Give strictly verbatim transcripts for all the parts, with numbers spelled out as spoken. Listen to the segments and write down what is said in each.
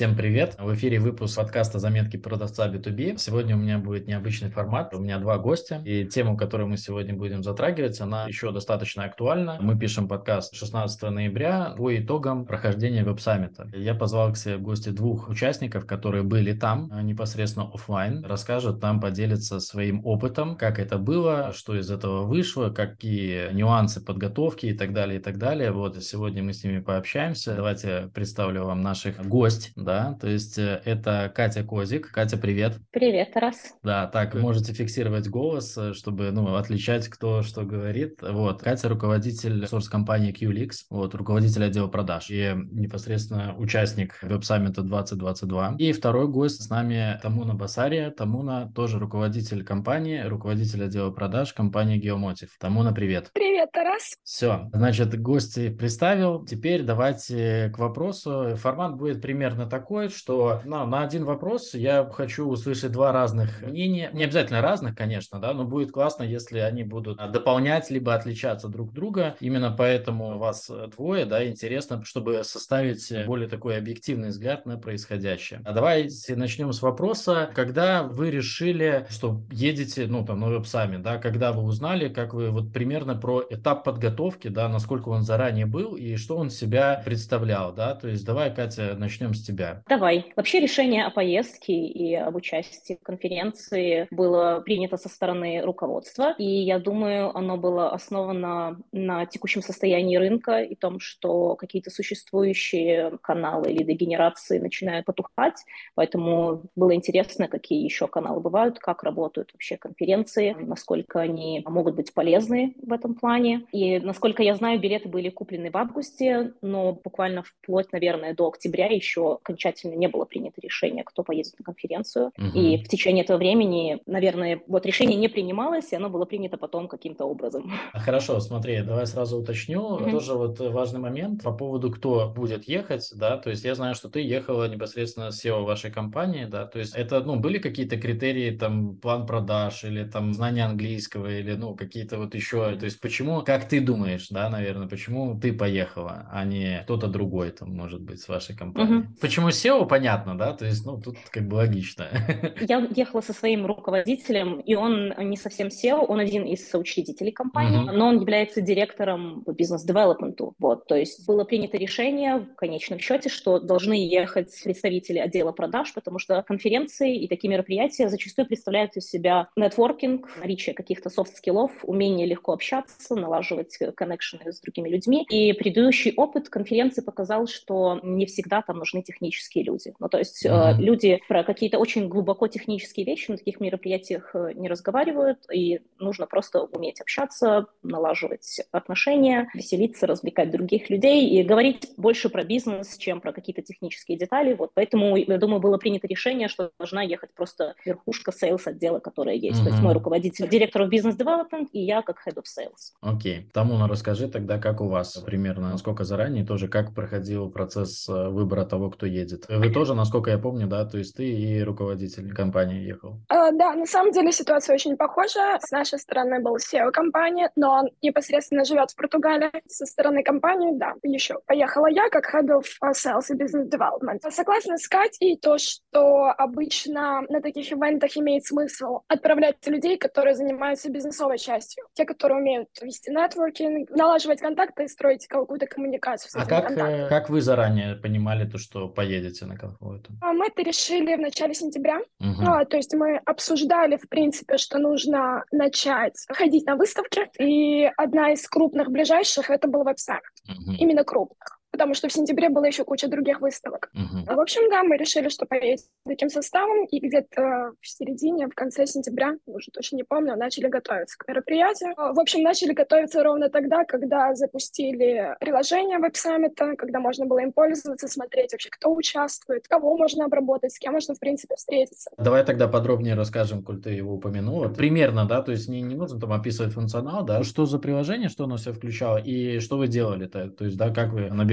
Всем привет! В эфире выпуск подкаста «Заметки продавца би ту би». Сегодня у меня будет необычный формат. У меня два гостя. И тему, которую мы сегодня будем затрагивать, она еще достаточно актуальна. Мы пишем подкаст шестнадцатого ноября по итогам прохождения веб-саммита. Я позвал к себе в гости двух участников, которые были там, непосредственно офлайн. Расскажут нам, поделятся своим опытом, как это было, что из этого вышло, какие нюансы подготовки и так далее, и так далее. Вот сегодня мы с ними пообщаемся. Давайте представлю вам наших гостей. Да, то есть э, это Катя Козик. Катя, привет. Привет, Тарас. Да, так, можете фиксировать голос, э, чтобы, ну, отличать, кто что говорит. Вот, Катя руководитель сорс-компании кью эл икс, вот, руководитель отдела продаж и непосредственно участник веб-саммита двадцать двадцать два. И второй гость с нами Тамуна Басария. Тамуна тоже руководитель компании, руководитель отдела продаж компании Геомотив. Тамуна, привет. Привет, Тарас. Все, значит, гости представил. Теперь давайте к вопросу. Формат будет примерно такой, что ну, на один вопрос я хочу услышать два разных мнения. Не обязательно разных, конечно, да, но будет классно, если они будут дополнять либо отличаться друг от друга. Именно поэтому вас двое, да, интересно, чтобы составить более такой объективный взгляд на происходящее. А давайте начнем с вопроса. Когда вы решили, что едете, ну, там, на веб-саммит, да, когда вы узнали, как вы вот примерно про этап подготовки, да, насколько он заранее был и что он себя представлял, да, то есть давай, Катя, начнем с тебя. Давай. Вообще решение о поездке и об участии в конференции было принято со стороны руководства, и я думаю, оно было основано на текущем состоянии рынка и том, что какие-то существующие каналы или дегенерации начинают потухать, поэтому было интересно, какие еще каналы бывают, как работают вообще конференции, насколько они могут быть полезны в этом плане. И, насколько я знаю, билеты были куплены в августе, но буквально вплоть, наверное, до октября еще окончательно не было принято решение, кто поедет на конференцию. Угу. И в течение этого времени, наверное, вот решение не принималось, и оно было принято потом каким-то образом. Хорошо, смотри, давай сразу уточню. Угу. Тоже вот важный момент по поводу, кто будет ехать, да, то есть я знаю, что ты ехала непосредственно с си и о вашей компании, да, то есть это, ну, были какие-то критерии, там, план продаж или там знание английского или, ну, какие-то вот еще, то есть почему, как ты думаешь, да, наверное, почему ты поехала, а не кто-то другой там, может быть, с вашей компании? Угу. Почему си и о, понятно, да, то есть, ну, тут как бы логично. Я ехала со своим руководителем, и он не совсем си и о, он один из соучредителей компании, Мгм. но он является директором по бизнес-девелопменту. Вот, то есть было принято решение в конечном счете, что должны ехать представители отдела продаж, потому что конференции и такие мероприятия зачастую представляют из себя нетворкинг, наличие каких-то софт-скиллов, умение легко общаться, налаживать коннекшены с другими людьми. И предыдущий опыт конференции показал, что не всегда там нужны технические люди. Ну, то есть Мгм. э, люди про какие-то очень глубоко технические вещи на таких мероприятиях не разговаривают, и нужно просто уметь общаться, налаживать отношения, веселиться, развлекать других людей и говорить больше про бизнес, чем про какие-то технические детали. Вот поэтому, я думаю, было принято решение, что должна ехать просто верхушка сейлс-отдела, которая есть. Мгм. То есть мой руководитель, директор бизнес-девелопмент, и я как head of sales. Окей. Тамуна, расскажи тогда, как у вас примерно, насколько заранее, тоже как проходил процесс э, выбора того, кто едет. Вы тоже, насколько я помню, да, то есть ты и руководитель компании ехал. А, да, на самом деле ситуация очень похожа. С нашей стороны был си и о-компания, но он непосредственно живет в Португалии. Со стороны компании, да, еще поехала я как Head of Sales и Business Development. Согласна с Катей, то, что обычно на таких ивентах имеет смысл отправлять людей, которые занимаются бизнесовой частью. Те, которые умеют вести нетворкинг, налаживать контакты и строить какую-то коммуникацию с А этими как, контактами. э, как вы заранее понимали то, что поедете на какую-то? А Мы это решили в начале сентября. Угу. А, то есть мы обсуждали, в принципе, что нужно начать ходить на выставки. И одна из крупных ближайших — это был веб-саммит. Угу. Именно крупных. Потому что в сентябре было еще куча других выставок. Угу. В общем, да, мы решили, что поедем таким составом. И где-то в середине, в конце сентября, уже точно не помню, начали готовиться к мероприятию. В общем, начали готовиться ровно тогда, когда запустили приложение веб-саммита, когда можно было им пользоваться, смотреть вообще, кто участвует, кого можно обработать, с кем можно, в принципе, встретиться. Давай тогда подробнее расскажем, коль ты его упомянула. Примерно, да, то есть не, не нужно там описывать функционал, да, что за приложение, что оно в себя включало и что вы делали-то, то есть, да, как вы набивали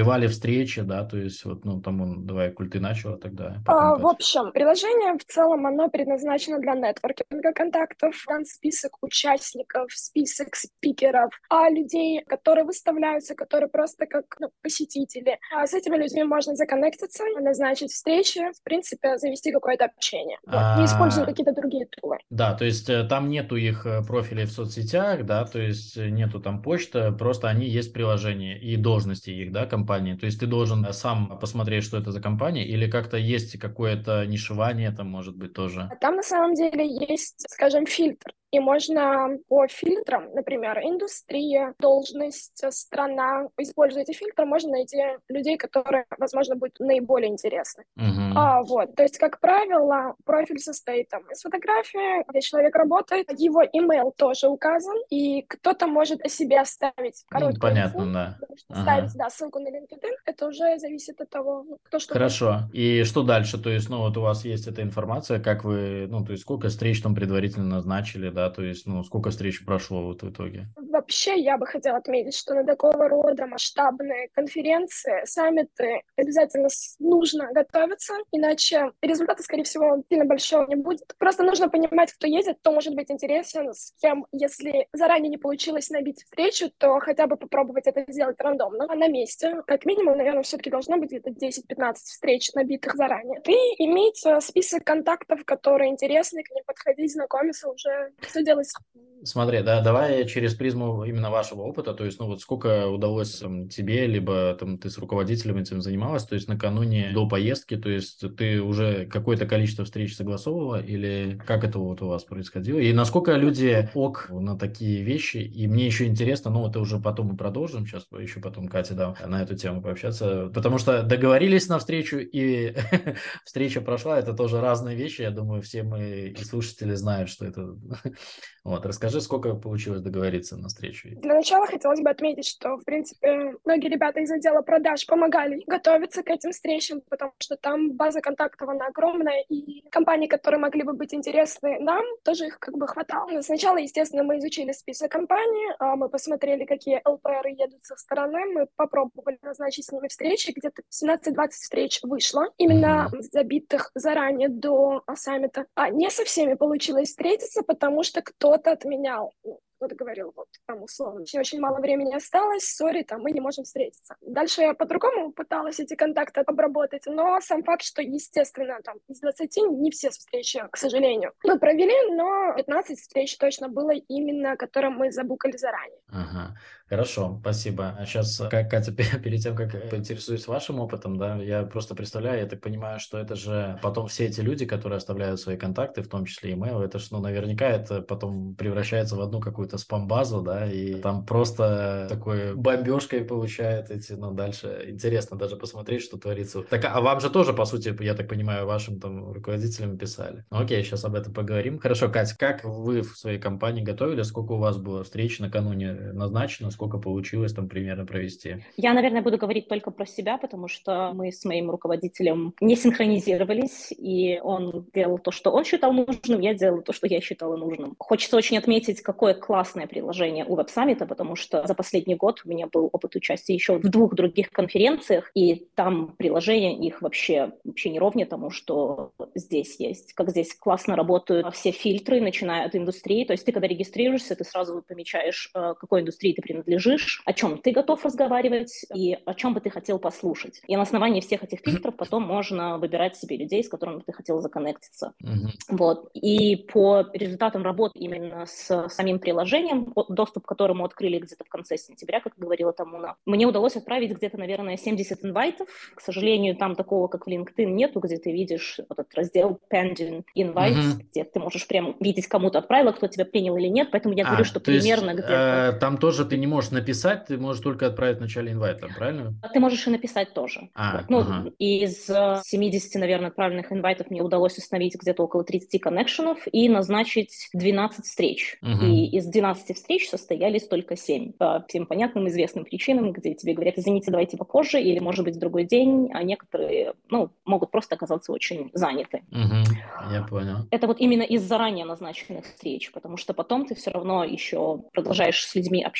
подразумевали встречи, да, то есть вот, ну, там, он, давай, Куль, ты начала тогда, А, потом в Катя. общем, приложение в целом, оно предназначено для нетворкинга контактов, там список участников, список спикеров, а людей, которые выставляются, которые просто как ну, посетители. А с этими людьми можно законнектиться, назначить встречи, в принципе, завести какое-то общение. Вот. Не используя А, какие-то другие тулы. да, то есть э, там нету их э, профилей в соцсетях, да, то есть э, нету там почта, просто они есть в приложении и должности их, да, компании. То есть ты должен э, сам посмотреть, что это за компания, или как-то есть какое-то нишевание там, может быть, тоже. А там на самом деле есть, скажем, фильтр. И можно по фильтрам, например, индустрия, должность, страна, используя эти фильтры, можно найти людей, которые, возможно, будут наиболее интересны. Угу. А, вот, то есть, как правило, профиль состоит там из фотографии, где человек работает, его имейл тоже указан, и кто-то может о себе оставить Ну, короткую инфу, понятно, да. потому что ставить, Ага. да, ссылку на LinkedIn, это уже зависит от того, ну, кто что хочет. Хорошо. И что дальше? То есть, ну, вот у вас есть эта информация, как вы, ну, то есть, сколько встреч там предварительно назначили, да, то есть, ну, сколько встреч прошло вот в итоге? Вообще, я бы хотела отметить, что на такого рода масштабные конференции, саммиты обязательно с- нужно готовиться, иначе результата, скорее всего, сильно большого не будет. Просто нужно понимать, кто едет, кто может быть интересен, с кем. Если заранее не получилось набить встречу, то хотя бы попробовать это сделать рандомно, а на месте. Как минимум, наверное, все-таки должно быть где-то десять-пятнадцать встреч, набитых заранее. И иметь э, список контактов, которые интересны, к ним подходить, знакомиться, уже все делать. Смотри, да, давай через призму именно вашего опыта, то есть, ну, вот сколько удалось там, тебе, либо там ты с руководителем этим занималась, то есть накануне до поездки, то есть ты уже какое-то количество встреч согласовывала, или как это вот у вас происходило, и насколько люди ок на такие вещи, и мне еще интересно, ну, это уже потом мы продолжим, сейчас еще потом Катя, да, на эту тему пообщаться, потому что договорились на встречу, и встреча прошла, это тоже разные вещи, я думаю, все мы и слушатели знают, что это... Вот, расскажи, сколько получилось договориться на встречу? Для начала хотелось бы отметить, что, в принципе, многие ребята из отдела продаж помогали готовиться к этим встречам, потому что там база контактов, она огромная, и компании, которые могли бы быть интересны нам, тоже их как бы хватало. Но сначала, естественно, мы изучили список компаний, а, мы посмотрели, какие эл пи эр едут со стороны, мы попробовали назначить с ними встречи, где-то семнадцать-двадцать встреч вышло, именно Мгм. забитых заранее до а, саммита. А не со всеми получилось встретиться, потому что кто-то отменял. Ну, кто-то говорил, вот, там, условно, очень, очень мало времени осталось, сори, там, мы не можем встретиться. Дальше я по-другому пыталась эти контакты обработать, но сам факт, что, естественно, там, из двадцати не все встречи, к сожалению, мы провели, но пятнадцать встреч точно было именно, которые мы забукали заранее. Ага, хорошо, спасибо. А сейчас, как Катя, пе- перед тем, как э, поинтересуюсь вашим опытом, да, я просто представляю, я так понимаю, что это же потом все эти люди, которые оставляют свои контакты, в том числе имейл, это же, ну, наверняка это потом превращается в одну какую-то спам-базу, да, и там просто такой бомбежкой получает эти, ну, дальше интересно даже посмотреть, что творится. Так, а вам же тоже, по сути, я так понимаю, вашим там руководителям писали. Ну, окей, сейчас об этом поговорим. Хорошо, Катя, как вы в своей компании готовили, сколько у вас было встреч накануне назначено, сколько получилось там примерно провести? Я, наверное, буду говорить только про себя, потому что мы с моим руководителем не синхронизировались, и он делал то, что он считал нужным, я делала то, что я считала нужным. Хочется очень отметить, какое классное приложение у веб-саммита, потому что за последний год у меня был опыт участия еще в двух других конференциях, и там приложение их вообще, вообще не ровня тому, что здесь есть. Как здесь классно работают все фильтры, начиная от индустрии, то есть ты, когда регистрируешься, ты сразу помечаешь, какой индустрии ты принадлежишь, о чем ты готов разговаривать и о чем бы ты хотел послушать. И на основании всех этих фильтров потом можно выбирать себе людей, с которыми ты хотел законнектиться. Мгм. Вот. И по результатам работы именно с самим приложением, доступ к которому открыли где-то в конце сентября, как говорила Тамуна, мне удалось отправить где-то, наверное, семьдесят инвайтов. К сожалению, там такого, как в LinkedIn, нету, где ты видишь этот раздел Pending Invites, Мгм. где ты можешь прям видеть, кому ты отправила, кто тебя принял или нет. Поэтому я говорю, А, что то есть примерно где-то э, там тоже ты не можешь написать, ты можешь только отправить в начале инвайта, правильно? ты можешь и написать тоже. Вот. А, Ну, ага. из э, семидесяти, наверное, отправленных инвайтов мне удалось установить где-то около тридцати коннекшенов и назначить двенадцать встреч. И Мгм. из двенадцати встреч состоялись только семь. По всем понятным, известным причинам, где тебе говорят, извините, давайте попозже, или, может быть, в другой день, а некоторые, ну, могут просто оказаться очень заняты. Мгм. Я понял. Это вот именно из заранее назначенных встреч, потому что потом ты все равно еще продолжаешь с людьми общаться именно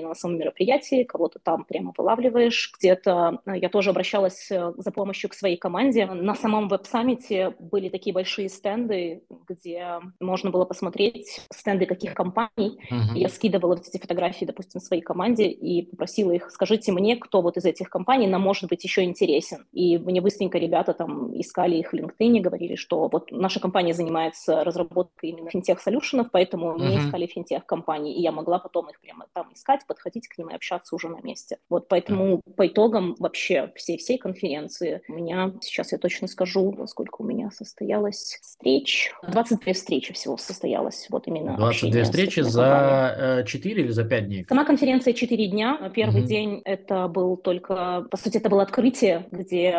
именно на самом мероприятии, кого-то там прямо вылавливаешь. Где-то я тоже обращалась за помощью к своей команде. На самом веб-саммите были такие большие стенды, где можно было посмотреть стенды каких компаний. Мгм. Я скидывала вот эти фотографии, допустим, своей команде и попросила их: скажите мне, кто вот из этих компаний нам может быть еще интересен. И мне быстренько ребята там искали их в LinkedIn, говорили, что вот наша компания занимается разработкой именно финтех-солюшенов, поэтому мне Мгм. искали финтех-компании, и я могла потом их прямо там искать, подходить к ним и общаться уже на месте. Вот поэтому по итогам вообще всей-всей конференции у меня, сейчас я точно скажу, сколько у меня состоялось встреч. двадцать две встречи всего состоялось, вот именно двадцать две общение с встречи такими компаниями. за четыре или за пять дней? Сама конференция четыре дня. Первый Мгм. день это был только, по сути, это было открытие, где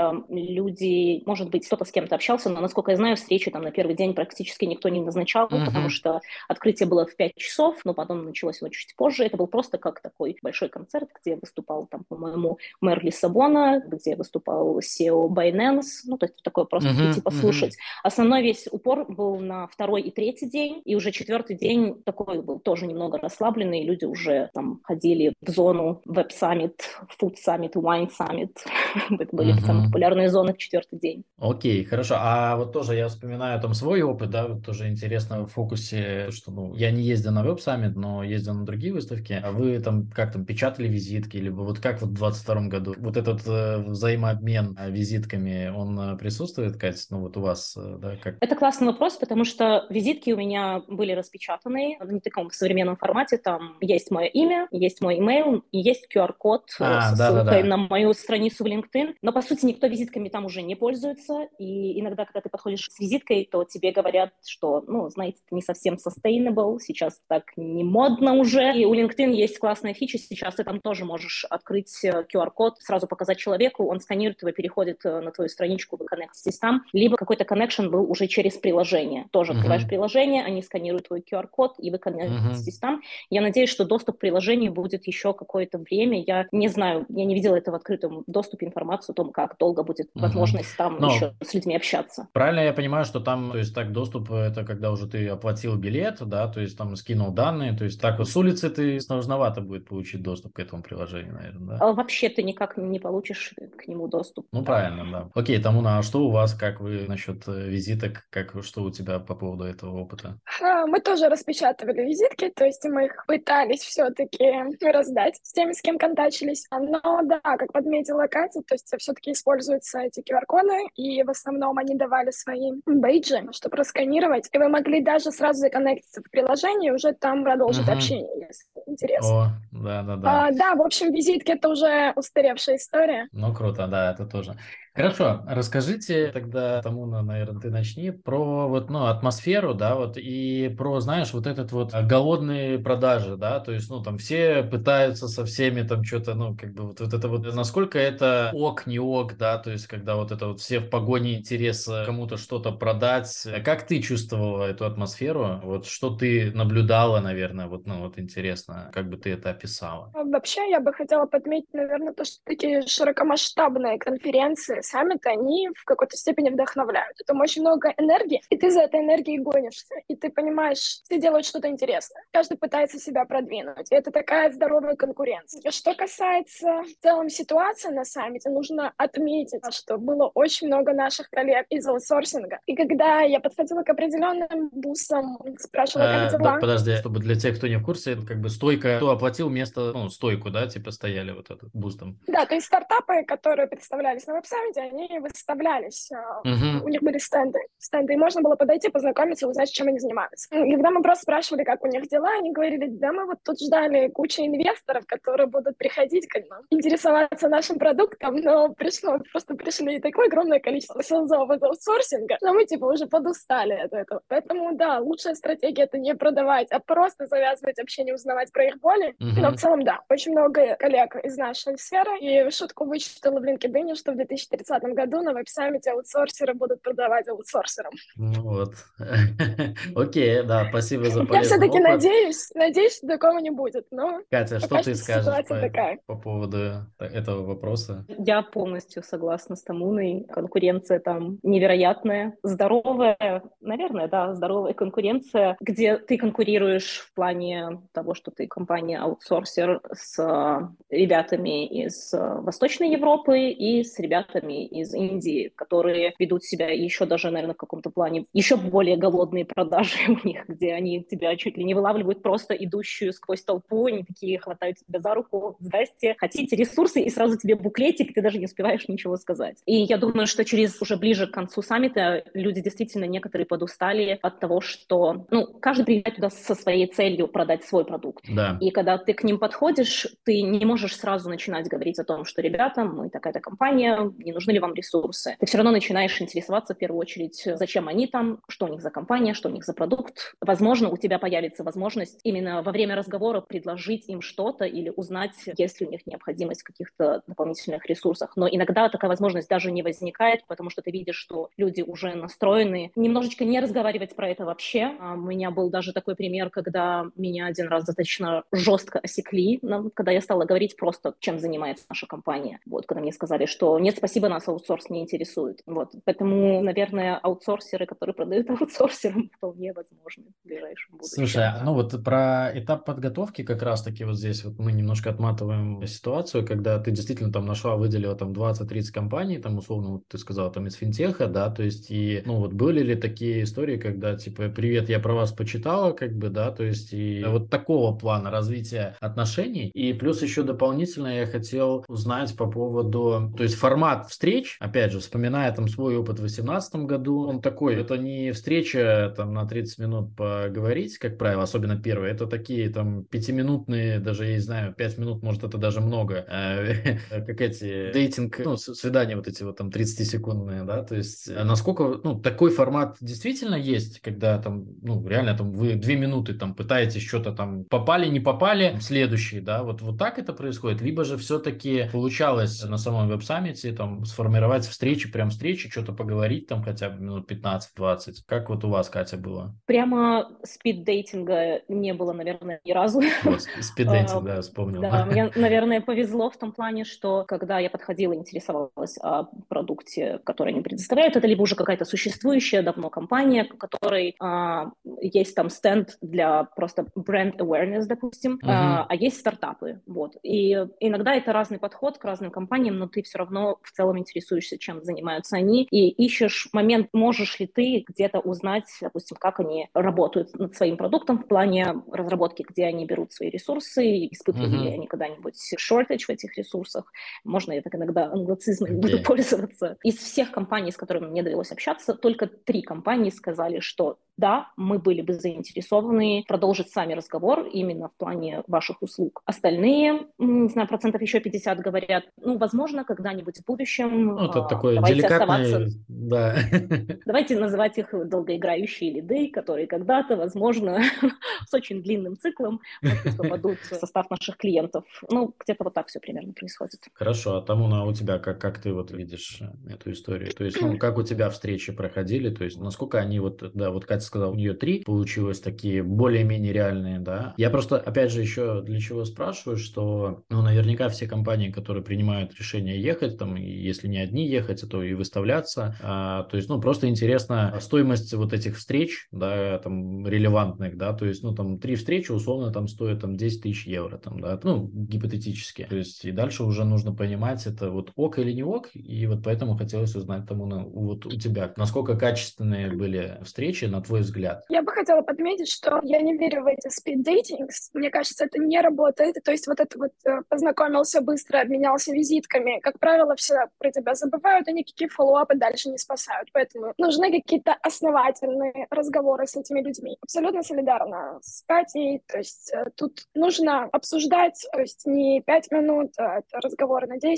люди, может быть, кто-то с кем-то общался, но, насколько я знаю, встречи там на первый день практически никто не назначал, потому Мгм. что открытие было в пять часов, но потом началось оно чуть позже. Это был просто как такой большой концерт, где выступал там, по-моему, мэр Лиссабона, где выступал си и о Binance, ну, то есть такое просто прийти Мгм. послушать. Мгм. Основной весь упор был на второй и третий день, и уже четвертый день такой был тоже немного расслабленный, люди уже там ходили в зону Web Summit, Food Summit, Wine Summit. Это были самые Мгм. популярные зоны в четвертый день. Окей, хорошо. А вот тоже я вспоминаю там свой опыт, да, вот тоже интересно в фокусе, что, ну, я не ездил на Web Summit, но ездил на другие выставки. А вы там как там печатали визитки, либо вот как вот в двадцать втором году? Вот этот э, взаимообмен э, визитками, он э, присутствует, Кать? Ну вот у вас, э, да, как? Это классный вопрос, потому что визитки у меня были распечатаны в не таком современном формате. Там есть мое имя, есть мой имейл, и есть ку ар-код э, А, со ссылкой да-да-да. на мою страницу в LinkedIn. Но, по сути, никто визитками там уже не пользуется. И иногда, когда ты подходишь с визиткой, то тебе говорят, что, ну, знаете, это не совсем sustainable, сейчас так не модно уже. И у LinkedIn есть классная фича. Сейчас ты там тоже можешь открыть ку ар-код, сразу показать человеку, он сканирует его, переходит на твою страничку, вы коннектитесь там. Либо какой-то коннекшн был уже через приложение. Тоже открываешь Мгм. приложение, они сканируют твой ку ар-код, и вы Мгм. коннектитесь там. Я надеюсь, что доступ к приложению будет еще какое-то время. Я не знаю, я не видела это в открытом доступе, информацию о том, как долго будет Мгм. возможность там еще Но с людьми общаться. правильно я понимаю, что там, то есть так, доступ, э, это когда уже ты оплатил билет, да, то есть там скинул данные, то есть так вот с улицы ты сложновато будет получить доступ к этому приложению, наверное, да? А вообще ты никак не получишь к нему доступ. Ну, Да. правильно, да. Окей, Тамуна, а что у вас, как вы насчет э, визиток, как, что у тебя по поводу этого опыта? А, Мы тоже распечатывали визитки, то есть мы их пытались все-таки раздать с теми, с кем контачились. Но да, как подметила Катя, то есть все-таки используются эти ку ар-коды, и в основном они давали свои бейджи, чтобы просканировать, и вы могли даже сразу законнектиться в приложение и уже там продолжить Угу. общение, если интересно. О, да-да-да. А, да, в общем, визитки — это уже устаревшая история. Ну, круто, да, это тоже. Хорошо, расскажите тогда, тому, на- наверное, ты начни, про вот, ну, атмосферу, да, вот, и про, знаешь, вот этот вот а, голодные продажи, да, то есть, ну, там все пытаются со всеми там что-то, ну, как бы вот, вот это вот, насколько это ок, не ок, да, то есть, когда вот это вот все в погоне интереса кому-то что-то продать. Как ты чувствовала эту атмосферу? Вот что ты наблюдала, наверное, вот, ну, вот интересно, как бы ты это описала? А Вообще, я бы хотела подметить, наверное, то, что такие широкомасштабные конференции, саммиты, они в какой-то степени вдохновляют. Там очень много энергии, и ты за этой энергией гонишься, и ты понимаешь, все делают что-то интересное. Каждый пытается себя продвинуть, и это такая здоровая конкуренция. Что касается в целом ситуации на саммите, нужно отметить, что было очень много наших коллег из аутсорсинга. И когда я подходила к определенным бусам, спрашивала, как Э, да, дела, подожди, чтобы для тех, кто не в курсе, это как бы стойка, кто оплатил место, ну, стойку, да, типа стояли вот этот бустом. да, то есть стартапы, которые представлялись на веб-саммите, они выставлялись, а, у Угу, них были стенды, стенды, и можно было подойти, познакомиться, узнать, чем они занимаются. И когда мы просто спрашивали, как у них дела, они говорили, да, мы вот тут ждали кучу инвесторов, которые будут приходить, как бы, интересоваться нашим продуктом, но пришло, просто пришли такое огромное количество селзов из аутсорсинга, но мы, типа, уже подустали от этого. Поэтому, да, лучшая стратегия — это не продавать, а просто завязывать общение, узнавать про их боли. Но в угу. целом, да, очень много коллег из нашей сферы, и шутку вычитала в LinkedIn, что в две тысячи тридцатом году на веб-саммите аутсорсеры будут продавать аутсорсерам. Ну вот. Окей, да, спасибо за Я полезный все-таки опыт. надеюсь, надеюсь, что такого не будет, но Катя, что пока ты что скажешь ситуация по, такая. по поводу этого вопроса? Я полностью согласна с Тамуной. Конкуренция там невероятная, здоровая, наверное, да, здоровая конкуренция, где ты конкурируешь в плане того, что ты компания-аутсорсер с ребятами из Восточной Европы и с ребятами из Индии, которые ведут себя еще даже, наверное, в каком-то плане еще более голодные продажи у них, где они тебя чуть ли не вылавливают просто идущую сквозь толпу, они такие хватают тебя за руку: здрасте, хотите ресурсы? И сразу тебе буклетик, ты даже не успеваешь ничего сказать. И я думаю, что через уже ближе к концу саммита люди действительно некоторые подустали от того, что, ну, каждый приезжает туда со своей целью продать свой продукт. Да. И когда ты к ним подходишь, ты не можешь сразу начинать говорить о том, что, ребята, мы такая-то компания, не нужны ли вам ресурсы. Ты все равно начинаешь интересоваться в первую очередь, зачем они там, что у них за компания, что у них за продукт. Возможно, у тебя появится возможность именно во время разговора предложить им что-то или узнать, есть ли у них необходимость в каких-то дополнительных ресурсах. Но иногда такая возможность даже не возникает, потому что ты видишь, что люди уже настроены немножечко не разговаривать про это вообще. У меня был даже такой пример, когда меня один раз достаточно жестко осекли, когда я стала говорить просто, чем занимается наша компания. Вот, когда мне сказали, что нет, спасибо, нас аутсорс не интересует. Вот, поэтому, наверное, аутсорсеры, которые продают аутсорсерам, вполне возможны в ближайшем будущем. Слушай, ну вот про этап подготовки как раз-таки вот здесь вот мы немножко отматываем ситуацию, когда ты действительно там нашла, выделила там двадцать-тридцать компаний, там условно, вот ты сказала, там из финтеха, да, то есть и, ну вот были ли такие истории, когда типа, привет, я про вас почитала, как бы, да, то есть и вот такого плана развития отношений, и плюс еще дополнительно я хотел узнать по поводу, то есть формат встреч, опять же, вспоминая там свой опыт в восемнадцатом году, он такой, это не встреча там на тридцать минут поговорить, как правило, особенно первые, это такие там пятиминутные, даже я не знаю, пять минут, может, это даже много, как эти дейтинг, ну, свидания вот эти вот там тридцатисекундные, да, то есть насколько, ну, такой формат действительно есть, когда там, ну, реально там вы две минуты там пытаетесь что-то там, попали, не попали, следующий, да, вот, вот так это происходит, либо же все-таки получалось на самом веб-саммите там сформировать встречи, прям встречи, что-то поговорить там хотя бы минут пятнадцать-двадцать, как вот у вас, Катя, было? Прямо спид-дейтинга не было, наверное, ни разу. Вот, спид-дейтинг, да, вспомнил. Да, мне, наверное, повезло в том плане, что когда я подходила и интересовалась о продукте, который они предоставляют, это либо уже какая-то существующая давно компания, у которой а, есть там стенд для просто бренд awareness, допустим, uh-huh. а, а есть стартапы. Вот. И иногда это разный подход к разным компаниям, но ты все равно в целом интересуешься, чем занимаются они, и ищешь момент, можешь ли ты где-то узнать, допустим, как они работают над своим продуктом в плане разработки, где они берут свои ресурсы, испытывали uh-huh. ли они когда-нибудь shortage в этих ресурсах. Можно я так иногда англицизмами okay. буду пользоваться. Из всех компаний, с которыми мне довелось общаться, только три компании сказали, что да, мы были бы заинтересованы продолжить с вами разговор именно в плане ваших услуг. Остальные, не знаю, процентов еще пятьдесят говорят, ну, возможно, когда-нибудь в будущем ну, это а, такой давайте деликатный, оставаться... да. Давайте называть их долгоиграющие лиды, которые когда-то, возможно, с очень длинным циклом, может быть, попадут в состав наших клиентов. Ну, где-то вот так все примерно происходит. Хорошо, а Тамуна, у тебя, как, как ты вот видишь эту историю? То есть, ну, как у тебя встречи проходили? То есть, насколько они вот, да, вот Катя сказала, у нее три получилось такие более-менее реальные, да? Я просто, опять же, еще для чего спрашиваю, что, ну, наверняка все компании, которые принимают решение ехать, там, если не одни ехать, то и выставляться, а, то есть, ну, просто интересно стоимость вот этих встреч, да, там, релевантных, да, то есть, ну, там, три встречи условно там стоят там десять тысяч евро, там, да, ну, гипотетически, то есть, и дальше уже нужно понимать, это вот ок или не ок, и вот поэтому хотелось узнать тому, ну, вот у тебя, насколько качественные были встречи, на твой взгляд? Я бы хотела подметить, что я не верю в эти спид-дейтингс. Мне кажется, это не работает. То есть вот это вот познакомился быстро, обменялся визитками. Как правило, все про тебя забывают, и никакие фоллоуапы дальше не спасают. Поэтому нужны какие-то основательные разговоры с этими людьми. Абсолютно солидарна с Катей. То есть тут нужно обсуждать, то есть не пять минут, а это разговоры на десять-пятнадцать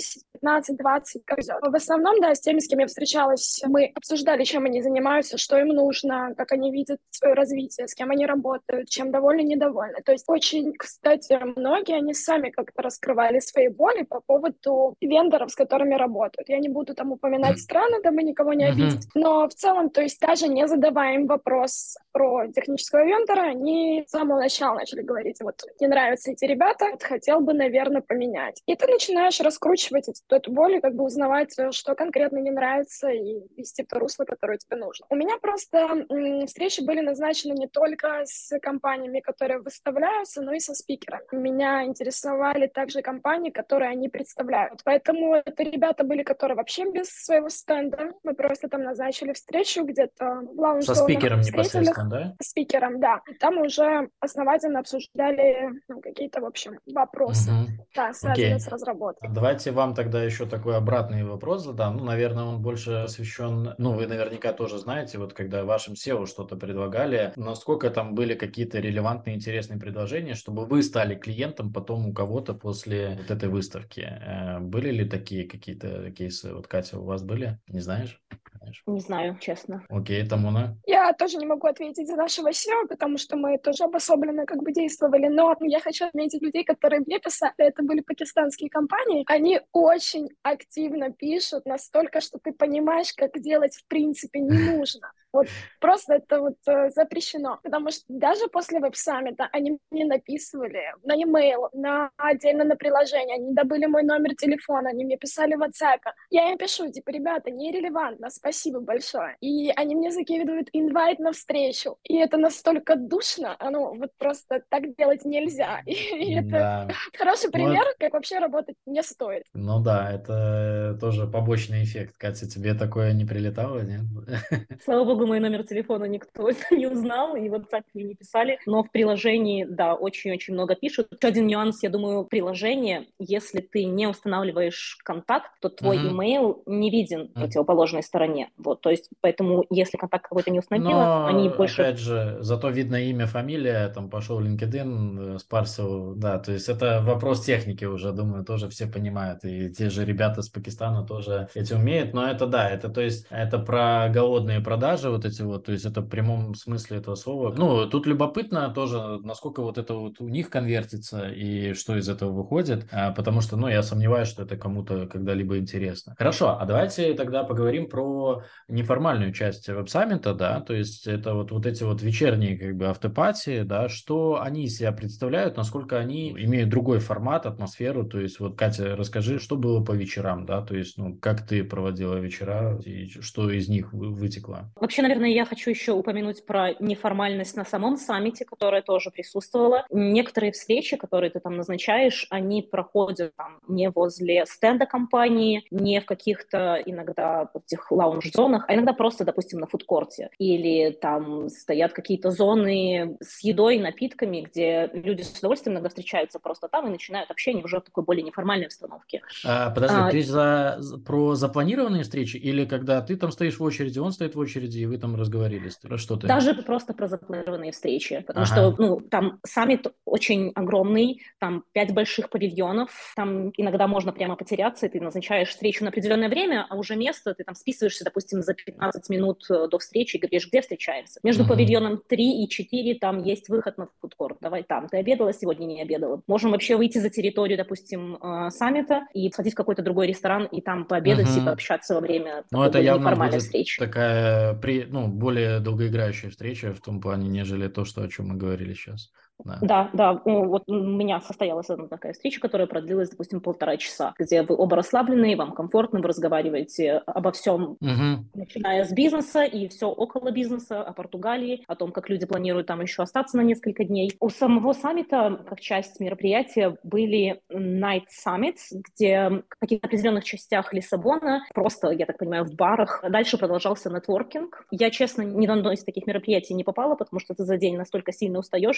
пятнадцать-двадцать, как идет. В основном, да, с теми, с кем я встречалась, мы обсуждали, чем они занимаются, что им нужно, как они видят свое развитие, с кем они работают, чем довольны, недовольны. То есть очень, кстати, многие, они сами как-то раскрывали свои боли по поводу вендоров, с которыми работают. Я не буду там упоминать страны, дабы никого не обидеть, но в целом, то есть даже не задавая им вопрос про технического вендора, они с самого начала начали говорить: вот, не нравятся эти ребята, хотел бы, наверное, поменять. И ты начинаешь раскручивать эту, эту боль и как бы узнавать, что конкретно не нравится, и вести то русло, которое тебе нужно. У меня просто м, встречи были назначены не только с компаниями, которые выставляются, но и со спикерами. Меня интересовали также компании, которые они представляют. Поэтому это ребята были, которые вообще без своего стенда. Мы просто там назначили встречу где-то в лаунж-зонах. Со спикером встретили непосредственно, да? Спикером, да. И там уже основательно обсуждали ну, какие-то, в общем, вопросы, Угу. да, связанные Окей. с разработкой. Давайте вам тогда еще такой обратный вопрос задам. Ну, наверное, он больше посвящен, ну, вы наверняка тоже знаете, вот когда вашим сео что-то предлагали, насколько там были какие-то релевантные, интересные предложения, чтобы вы стали клиентом потом у кого-то после вот этой выставки. Э, Были ли такие какие-то кейсы? Вот, Катя, у вас были? Не знаешь? Знаешь? Не знаю, честно. Окей, Тамуна. Я тоже не могу ответить за нашего сео, потому что мы тоже обособленно как бы действовали, но я хочу отметить людей, которые мне писали, это были пакистанские компании, они очень активно пишут, настолько, что ты понимаешь, как делать в принципе не нужно. Вот просто это вот э, запрещено, потому что даже после веб-саммита они мне написывали на e-mail, на отдельно на приложение, они добыли мой номер телефона, они мне писали в WhatsApp. Я им пишу, типа, ребята, нерелевантно, спасибо большое. И они мне закидывают инвайт на встречу. И это настолько душно, ну вот просто так делать нельзя. И это Да. хороший Ну, пример, как вообще работать не стоит. Ну да, это тоже побочный эффект. Катя, тебе такое не прилетало, нет? Слава богу, мой номер телефона никто не узнал, и в WhatsApp мне не писали. Но в приложении, да, очень-очень много пишут. Еще один нюанс, я думаю, приложение, если ты не устанавливаешь контакт, то твой Мгм. имейл не виден Мгм. противоположной стороне. Вот, то есть, поэтому, если контакт какой-то не установила, они Но, больше... опять же, зато видно имя, фамилия, там пошел LinkedIn, э, спарсил, да, то есть это вопрос техники уже, думаю, тоже все понимают, и те же ребята с Пакистана тоже эти умеют, но это да, это то есть, это про голодные продажи вот эти вот, то есть это в прямом смысле этого слова. Ну, тут любопытно тоже, насколько вот это вот у них конвертится и что из этого выходит, а, потому что, ну, я сомневаюсь, что это кому-то когда-либо интересно. Хорошо, а давайте тогда поговорим про неформальную часть веб-саммита, да, то есть это вот, вот эти вот вечерние как бы автопати, да, что они из себя представляют, насколько они имеют другой формат, атмосферу, то есть вот, Катя, расскажи, что было по вечерам, да, то есть, ну, как ты проводила вечера и что из них вы- вытекло? Вообще, наверное, я хочу еще упомянуть про неформальность на самом саммите, которая тоже присутствовала. Некоторые встречи, которые ты там назначаешь, они проходят там не возле стенда компании, не в каких-то иногда вот этих лаунж-зонах, а иногда просто, допустим, на фудкорте. Или там стоят какие-то зоны с едой, напитками, где люди с удовольствием иногда встречаются просто там и начинают общение уже в такой более неформальной обстановке. А, подожди, А, ты за, за- про запланированные встречи или когда ты там стоишь в очереди, он стоит в очереди, и вы там разговорились? Про что ты? Даже просто про запланированные встречи, потому что, Ага. ну, там саммит очень огромный, там пять больших павильонов, там иногда можно прямо потеряться, и ты назначаешь встречу на определенное время, а уже место ты там списываешься, допустим, за пятнадцать минут э, до встречи и говоришь, где встречаемся. Между Мгм. павильоном три и четыре там есть выход на фудкорт, давай там. Ты обедала сегодня, не обедала. Можем вообще выйти за территорию, допустим, э, саммита и сходить в какой-то другой ресторан и там пообедать и Мгм. пообщаться во время Ну, такой это более явно неформальной будет встречи. такая, при, ну, более долгоиграющая встреча в том плане, нежели то, что, о чем мы говорили сейчас. Да. Да, да, ну, вот у меня состоялась одна такая встреча, которая продлилась, допустим, полтора часа, где вы оба расслаблены, вам комфортно, вы разговариваете обо всем, Мгм. начиная с бизнеса и все около бизнеса, о Португалии, о том, как люди планируют там еще остаться на несколько дней. У самого саммита, как часть мероприятия, были Night Summits, где в каких-то определенных частях Лиссабона, просто, я так понимаю, в барах, дальше продолжался нетворкинг. Я, честно, ни на одно из таких мероприятий не попала, потому что ты за день настолько сильно устаешь, что вот там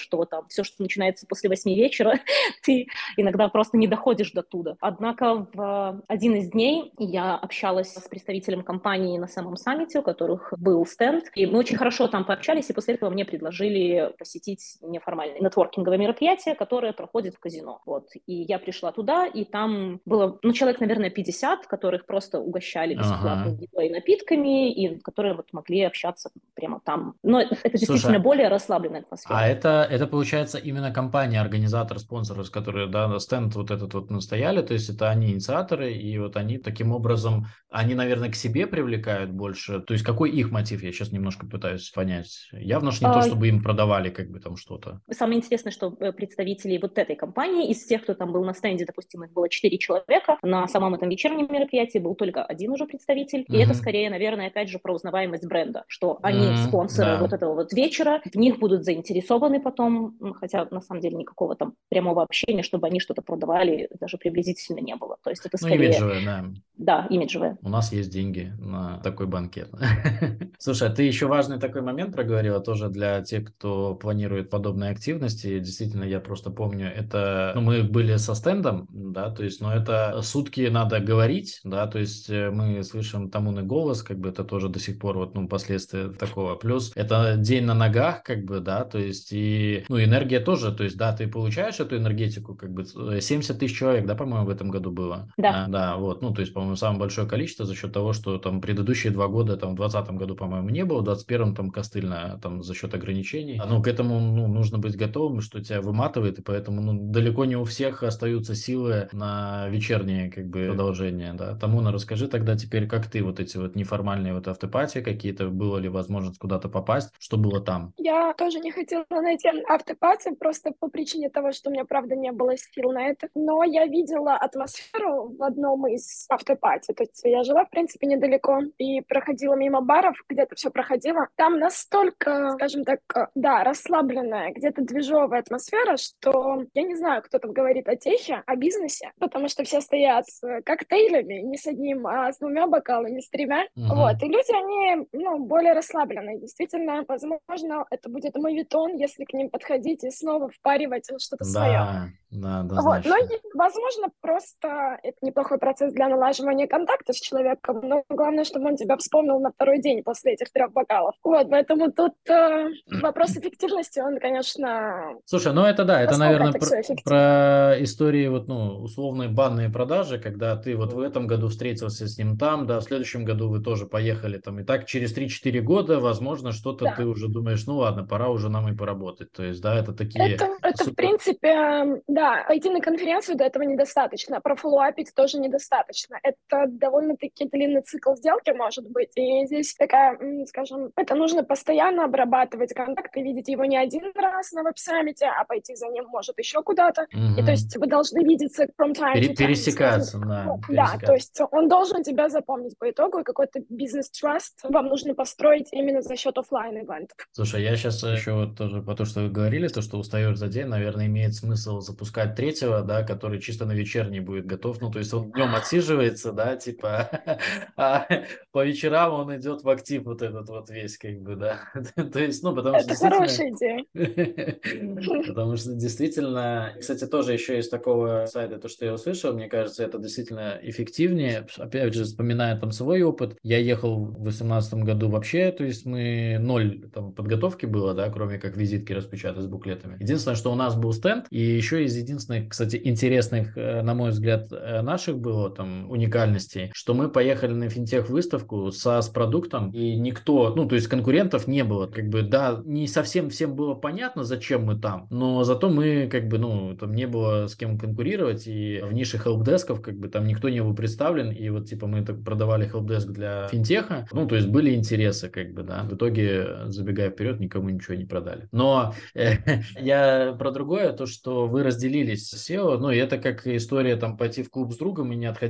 все, что начинается после восьми вечера, ты иногда просто не доходишь до туда. Однако в один из дней я общалась с представителем компании на самом саммите, у которых был стенд, и мы очень хорошо там пообщались, и после этого мне предложили посетить неформальное нетворкинговое мероприятие, которое проходит в казино. Вот. И я пришла туда, и там было, ну, человек, наверное, пятьдесят, которых просто угощали бесплатно Ага. едой и напитками, и которые вот могли общаться прямо там. Но это, это действительно Слушай, более расслабленная атмосфера. а это, это получается именно компания, организатор, спонсор, с которой, да, на стенд вот этот вот настояли, то есть это они инициаторы, и вот они таким образом, они, наверное, к себе привлекают больше, то есть какой их мотив, я сейчас немножко пытаюсь понять. Явно ж не то, А, чтобы им продавали как бы там что-то. Самое интересное, что э, представители вот этой компании, из тех, кто там был на стенде, допустим, их было четыре человека, на самом этом вечернем мероприятии был только один уже представитель, и это Мгм. скорее, наверное, опять же про узнаваемость бренда, что они М, спонсоры вот Да. этого вот вечера, в них будут заинтересованы потом, м, хотя на самом деле никакого там прямого общения, чтобы они что-то продавали, даже приблизительно не было. То есть это Ну, скорее, имиджевая, да. да, имиджевое. У нас есть деньги на такой банкет. Слушай, а ты еще важный такой момент проговорила тоже для тех, кто планирует подобные активности. Действительно, я просто помню, это, ну, мы были со стендом, да, то есть, но это сутки надо говорить, да, то есть э, мы слышим тамунный голос, как бы это тоже до сих пор вот, ну, последствия такого. Плюс это день на ногах, как бы, да, то есть и, ну, энергия тоже, то есть, да, ты получаешь эту энергетику, как бы семьдесят тысяч человек, да, по-моему, в этом году было. Да. А, да, вот, ну, то есть, по-моему, самое большое количество за счет того, что там предыдущие два года, там, в двадцатом году, по-моему, не было, в двадцать первом там костыльно, там, за счет ограничений. А, ну, к этому, ну, нужно быть готовым, что тебя выматывает, и поэтому, ну, далеко не у всех остаются силы на вечернее, как бы, продолжение, да. Тамуна, расскажи тогда теперь, как ты вот эти вот неформальные вот автопати какие-то, было ли возможность куда-то попасть, что было там? Я тоже не хотела найти автопати, просто по причине того, что у меня, правда, не было сил на это. Но я видела атмосферу в одном из автопати. То есть я жила, в принципе, недалеко и проходила мимо баров, где это все проходило. Там настолько, скажем так, да, расслабленная, где-то движовая атмосфера, что я не знаю, кто там говорит о техе, о бизнесе, потому что все стоят с коктейлями, не с одним, а с двумя бокалами, с тремя. Вот. Угу. И люди, они, ну, более расслабленные. Действительно, возможно, это будет моветон, если к ним подходить и снова впаривать что-то свое. Да, да, Вот. Но, однозначно. возможно, просто это неплохой процесс для налаживания контакта с человеком, но главное, чтобы он тебя вспомнил на второй день после этих трех бокалов. Вот, поэтому тут э, вопрос эффективности, он, конечно, Слушай, ну это да, это, насколько наверное, это про, все эффективно. про истории вот, ну, условные банные продажи, когда ты вот в этом году встретился с ним там, да, в следующем году вы тоже поехали там, и так через три-четыре года, возможно, что-то ты Да. уже думаешь, ну ладно, пора уже нам и поработать. То есть, да, это такие Это, это, в супер... принципе, эм, да, пойти на конференцию до этого недостаточно, профоллоуапить тоже недостаточно. Это довольно-таки длинный цикл сделки может быть, и здесь такая, м, скажем, это нужно постоянно обрабатывать контакт и видеть его не один раз на веб-саммите, а пойти за ним может еще куда-то. И то Мгм. есть вы должны видеться from time Пере- to time, скажем пересекаться, так. да, Вот, да, то пересекаться. есть он должен тебя запомнить по итогу, и какой-то бизнес-траст вам нужно построить именно за счет оффлайн-ивентов. Слушай, я сейчас еще вот тоже по то, что вы говорили, то, что устаешь за день, наверное, имеет смысл запускать третьего, да, который чисто на вечерний будет готов. Ну, то есть он днем отсиживается, да, типа, а по вечерам он идет в актив вот этот вот весь, как бы, да. То есть, ну, потому что Это действительно... хорошая идея. Потому что действительно, кстати, тоже еще из такого сайта, то, что я услышал, мне кажется, это действительно эффективнее. Опять же, вспоминая там свой опыт, я ехал в восемнадцатом году вообще, то есть мы ноль там подготовки было, да, кроме как визитки распечатать с буклетами. Единственное, что у нас был стенд, и еще из единственных, кстати, интересных, э, на мой взгляд, э, наших было там уникальностей, что мы поехали на финтех-выставку с SaaS-продуктом, и никто, ну, то есть конкурентов не было, как бы, да, не совсем всем было понятно, зачем мы там, но зато мы, как бы, ну, там не было с кем конкурировать, и в нише хелпдесков, как бы, там никто не был представлен, и вот, типа, мы так продавали хелпдеск для финтеха, ну, то есть были интересы, как бы, да, в итоге, забегая вперед, никому ничего не продали. Но э, я про другое, то, что вы разделились с сео, ну, и это как история, там, пойти в клуб с другом и не отходить от друга,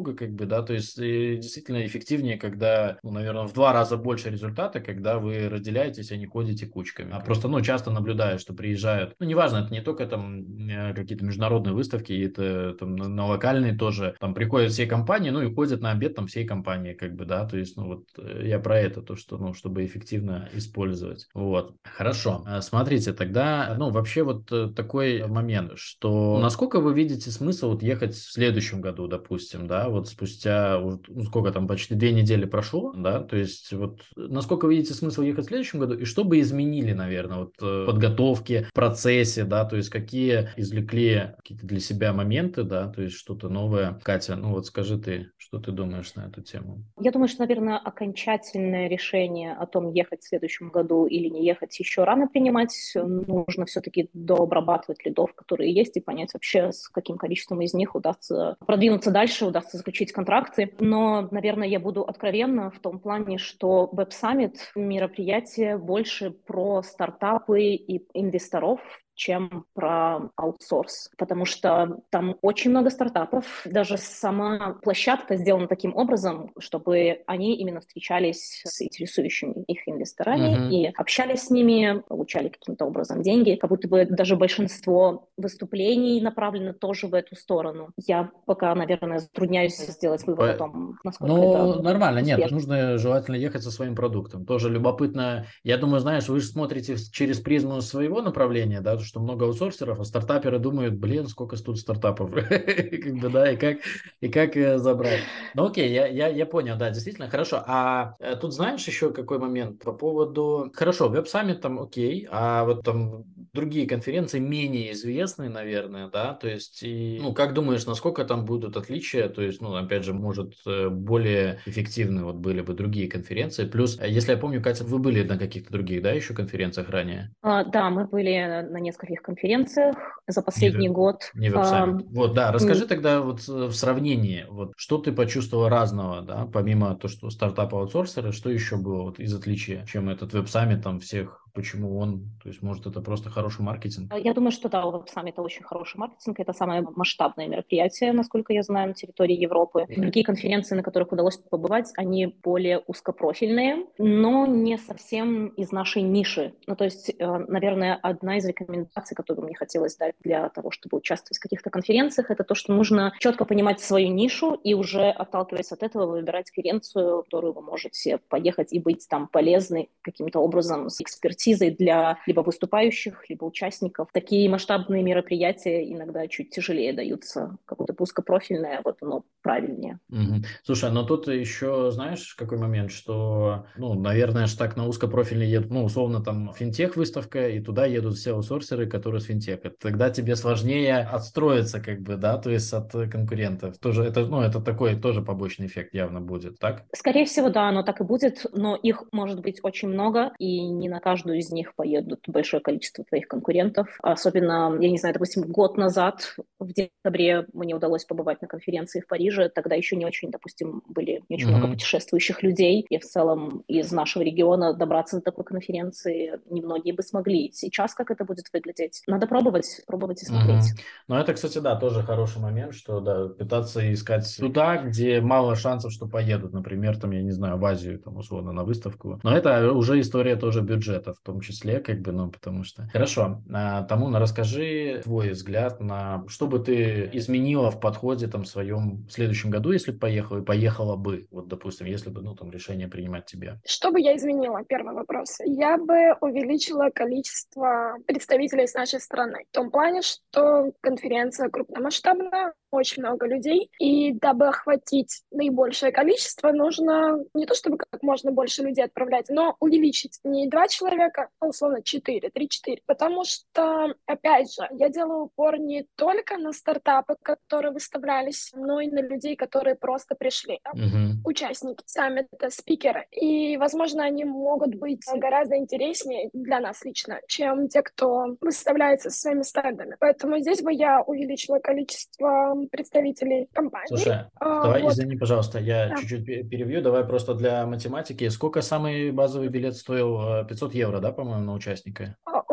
долго, как бы, да, то есть и действительно эффективнее, когда, ну, наверное, в два раза больше результата, когда вы разделяетесь, а не ходите кучками. А просто, ну, часто наблюдаю, что приезжают, ну, неважно, это не только там э, какие-то международные выставки, это там на, на локальные тоже, там приходят все компании, ну, и ходят на обед там всей компании, как бы, да, то есть, ну, вот э, я про это, то, что, ну, чтобы эффективно использовать. Вот. Хорошо. А, смотрите, тогда, ну, вообще вот э, такой момент, что насколько вы видите смысл вот ехать в следующем году, допустим, да, вот спустя, вот, ну, сколько там, почти две недели прошло, да, то есть вот насколько вы видите смысл ехать в следующем году и что бы изменили, наверное, вот э, в подготовке, в процессе, да, то есть какие извлекли какие-то для себя моменты, да, то есть что-то новое. Катя, ну вот скажи ты, что ты думаешь на эту тему? Я думаю, что, наверное, окончательное решение о том, ехать в следующем году или не ехать, еще рано принимать. Нужно все-таки дообрабатывать лидов, которые есть, и понять вообще, с каким количеством из них удастся продвинуться дальше, удастся заключить контракты. Но, наверное, я буду откровенна в том плане, что Web Summit — мероприятие больше про стартапы и инвесторов, чем про аутсорс, потому что там очень много стартапов. Даже сама площадка сделана таким образом, чтобы они именно встречались с интересующими их инвесторами Мгм. и общались с ними, получали каким-то образом деньги. Как будто бы даже большинство выступлений направлено тоже в эту сторону. Я пока, наверное, затрудняюсь сделать вывод о По- том, насколько это Ну, нормально, нет, успешно. нужно желательно ехать со своим продуктом. Тоже любопытно. Я думаю, знаешь, вы же смотрите в- через призму своего направления, да, что много аутсорсеров, а стартаперы думают, блин, сколько тут стартапов, как бы, да, и как, и как э, забрать. Ну, окей, я, я, я понял, да, действительно, хорошо. А э, тут знаешь еще какой момент по поводу... Хорошо, веб-саммит там окей, а вот там другие конференции менее известные, наверное, да, то есть, и, ну, как думаешь, насколько там будут отличия, то есть, ну, опять же, может, э, более эффективны вот были бы другие конференции, плюс, э, если я помню, Катя, вы были на каких-то других, да, еще конференциях ранее? А, да, мы были на нескольких конференциях за Не, последний веб- год. не А, веб-саммит. Вот, да, расскажи м, тогда вот э, в сравнении, вот, что ты почувствовал разного, да, помимо того, что стартап-аутсорсеры, что еще было вот из отличия, чем этот веб-саммит там всех, почему он, то есть, может, это просто хороший маркетинг? Я думаю, что да, у WebSummit это очень хороший маркетинг. Это самое масштабное мероприятие, насколько я знаю, на территории Европы. Другие конференции, на которых удалось побывать, они более узкопрофильные, но не совсем из нашей ниши. Ну, то есть, э, наверное, одна из рекомендаций, которую мне хотелось дать для того, чтобы участвовать в каких-то конференциях, это то, что нужно четко понимать свою нишу и уже, отталкиваясь от этого, выбирать конференцию, в которую вы можете поехать и быть там полезны каким-то образом с экспертизой для либо выступающих, либо участников. Такие масштабные мероприятия иногда чуть тяжелее даются. Какое-то узкопрофильное, вот оно правильнее. Мгм. Слушай, но тут еще, знаешь, какой момент, что, ну, наверное, ж так на узкопрофильный едут, ну, условно, там, финтех-выставка, и туда едут все аутсорсеры, которые с финтеха. Тогда тебе сложнее отстроиться, как бы, да, то есть от э, конкурентов. Тоже, это, ну, это такой тоже побочный эффект явно будет, так? Скорее всего, да, оно так и будет, но их может быть очень много, и не на каждую из них поедут большое количество твоих конкурентов. Особенно, я не знаю, допустим, год назад, в декабре, мне удалось побывать на конференции в Париже, тогда еще не очень, допустим, были не очень много Мгм. путешествующих людей, и в целом из нашего региона добраться до такой конференции немногие бы смогли. Сейчас как это будет выглядеть? Надо пробовать, пробовать и смотреть. Мгм. Ну, это, кстати, да, тоже хороший момент, что, да, пытаться искать туда, где мало шансов, что поедут, например, там, я не знаю, в Азию, там, условно, на выставку. Но это уже история тоже бюджета, в том числе, как бы, ну, потому что... Хорошо, а, Тамуна, расскажи твой взгляд на, что бы ты изменила в подходе, там, своем в следующем году, если бы поехала, и поехала бы, вот, допустим, если бы, ну, там, решение принимать тебе. Что бы я изменила? Первый вопрос. Я бы увеличила количество представителей с нашей страны. В том плане, что конференция крупномасштабная, очень много людей, и дабы охватить наибольшее количество, нужно не то чтобы как можно больше людей отправлять, но увеличить не два человека, а условно четыре, три-четыре. Потому что, опять же, я делаю упор не только на стартапы, которые выставлялись, но и на людей, которые просто пришли. Мгм. Участники саммита, спикеры. И, возможно, они могут быть гораздо интереснее для нас лично, чем те, кто выставляется со своими стендами. Поэтому здесь бы я увеличила количество представителей компании. Слушай, А, давай, вот. извини, пожалуйста, я Да. чуть-чуть пе- перебью, давай просто для математики. Сколько самый базовый билет стоил? Э, пятьсот евро, да, по-моему, на участника? А,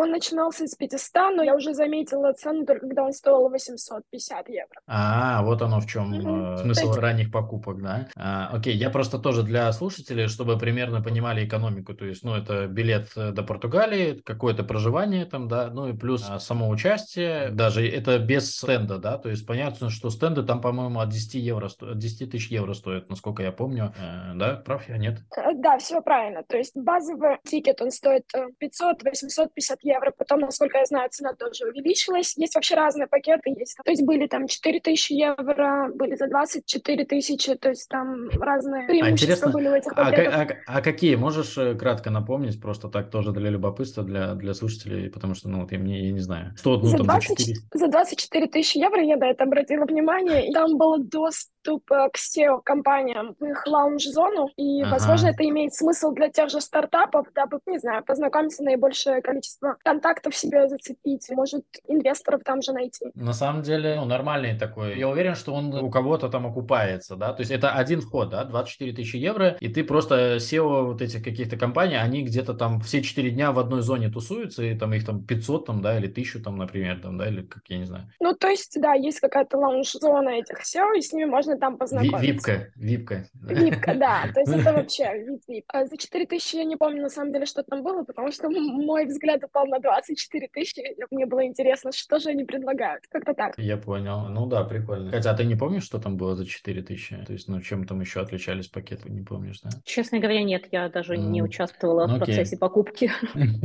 Он начинался с пятисот, но я уже заметила цену только когда он стоил восемьсот пятьдесят евро. А, вот оно в чем Мгм. э, То смысл есть ранних покупок, да? А, окей, я просто тоже для слушателей, чтобы примерно понимали экономику, то есть, ну, это билет э, до Португалии, какое-то проживание там, да, ну и плюс а, само участие, даже это без стенда, да, то есть понятно, что стенды там, по-моему, от десяти евро, сто- от десяти тысяч евро стоят, насколько я помню, Э, да, прав я, нет? Э, Да, все правильно. То есть базовый тикет, он стоит э, пятьсот восемьсот пятьдесят евро. Потом, насколько я знаю, цена тоже увеличилась. Есть вообще разные пакеты. Есть. То есть были там четыре тысячи евро, были за двадцать четыре тысячи. То есть там разные А преимущества интересно, были у этих а, ка- пакетов. а- а какие? Можешь э, кратко напомнить, просто так тоже для любопытства, для, для слушателей, потому что, ну, вот я, мне, я не знаю. Что, ну, За там за двадцать, четыре. за двадцать четыре тысячи евро я на это обратила внимание. И там был доступ э, к S E O-компаниям в их лаунж-зону. И, возможно, Ага. это имеет смысл для тех же стартапов, дабы, не знаю, познакомиться наибольшее количество контактов себе зацепить, может, инвесторов там же найти. На самом деле, ну, нормальный такой. Я уверен, что он у кого-то там окупается, да. То есть это один вход, да, двадцать четыре тысячи евро, и ты просто S E O вот этих каких-то компаний, они где-то там все четыре дня в одной зоне тусуются, и там их там пятьсот там, да, или тысячу там, например, там, да, или как, я не знаю. Ну, то есть, да, есть какая-то лаунж-зона этих S E O, и с ними можно там Ви- познакомиться. Випка, випка. Випка, да, то есть это вообще вип-вип. А за четыре тысячи я не помню на самом деле, что там было, потому что м- мой взгляд упал на двадцать четыре тысячи. и Мне было интересно, что же они предлагают. Как-то так. Я понял. Ну да, прикольно. Хотя, а ты не помнишь, что там было за четыре тысячи? То есть, ну, чем там еще отличались пакеты, не помнишь, да? Честно говоря, нет, я даже не М, участвовала в Ну, окей. процессе покупки.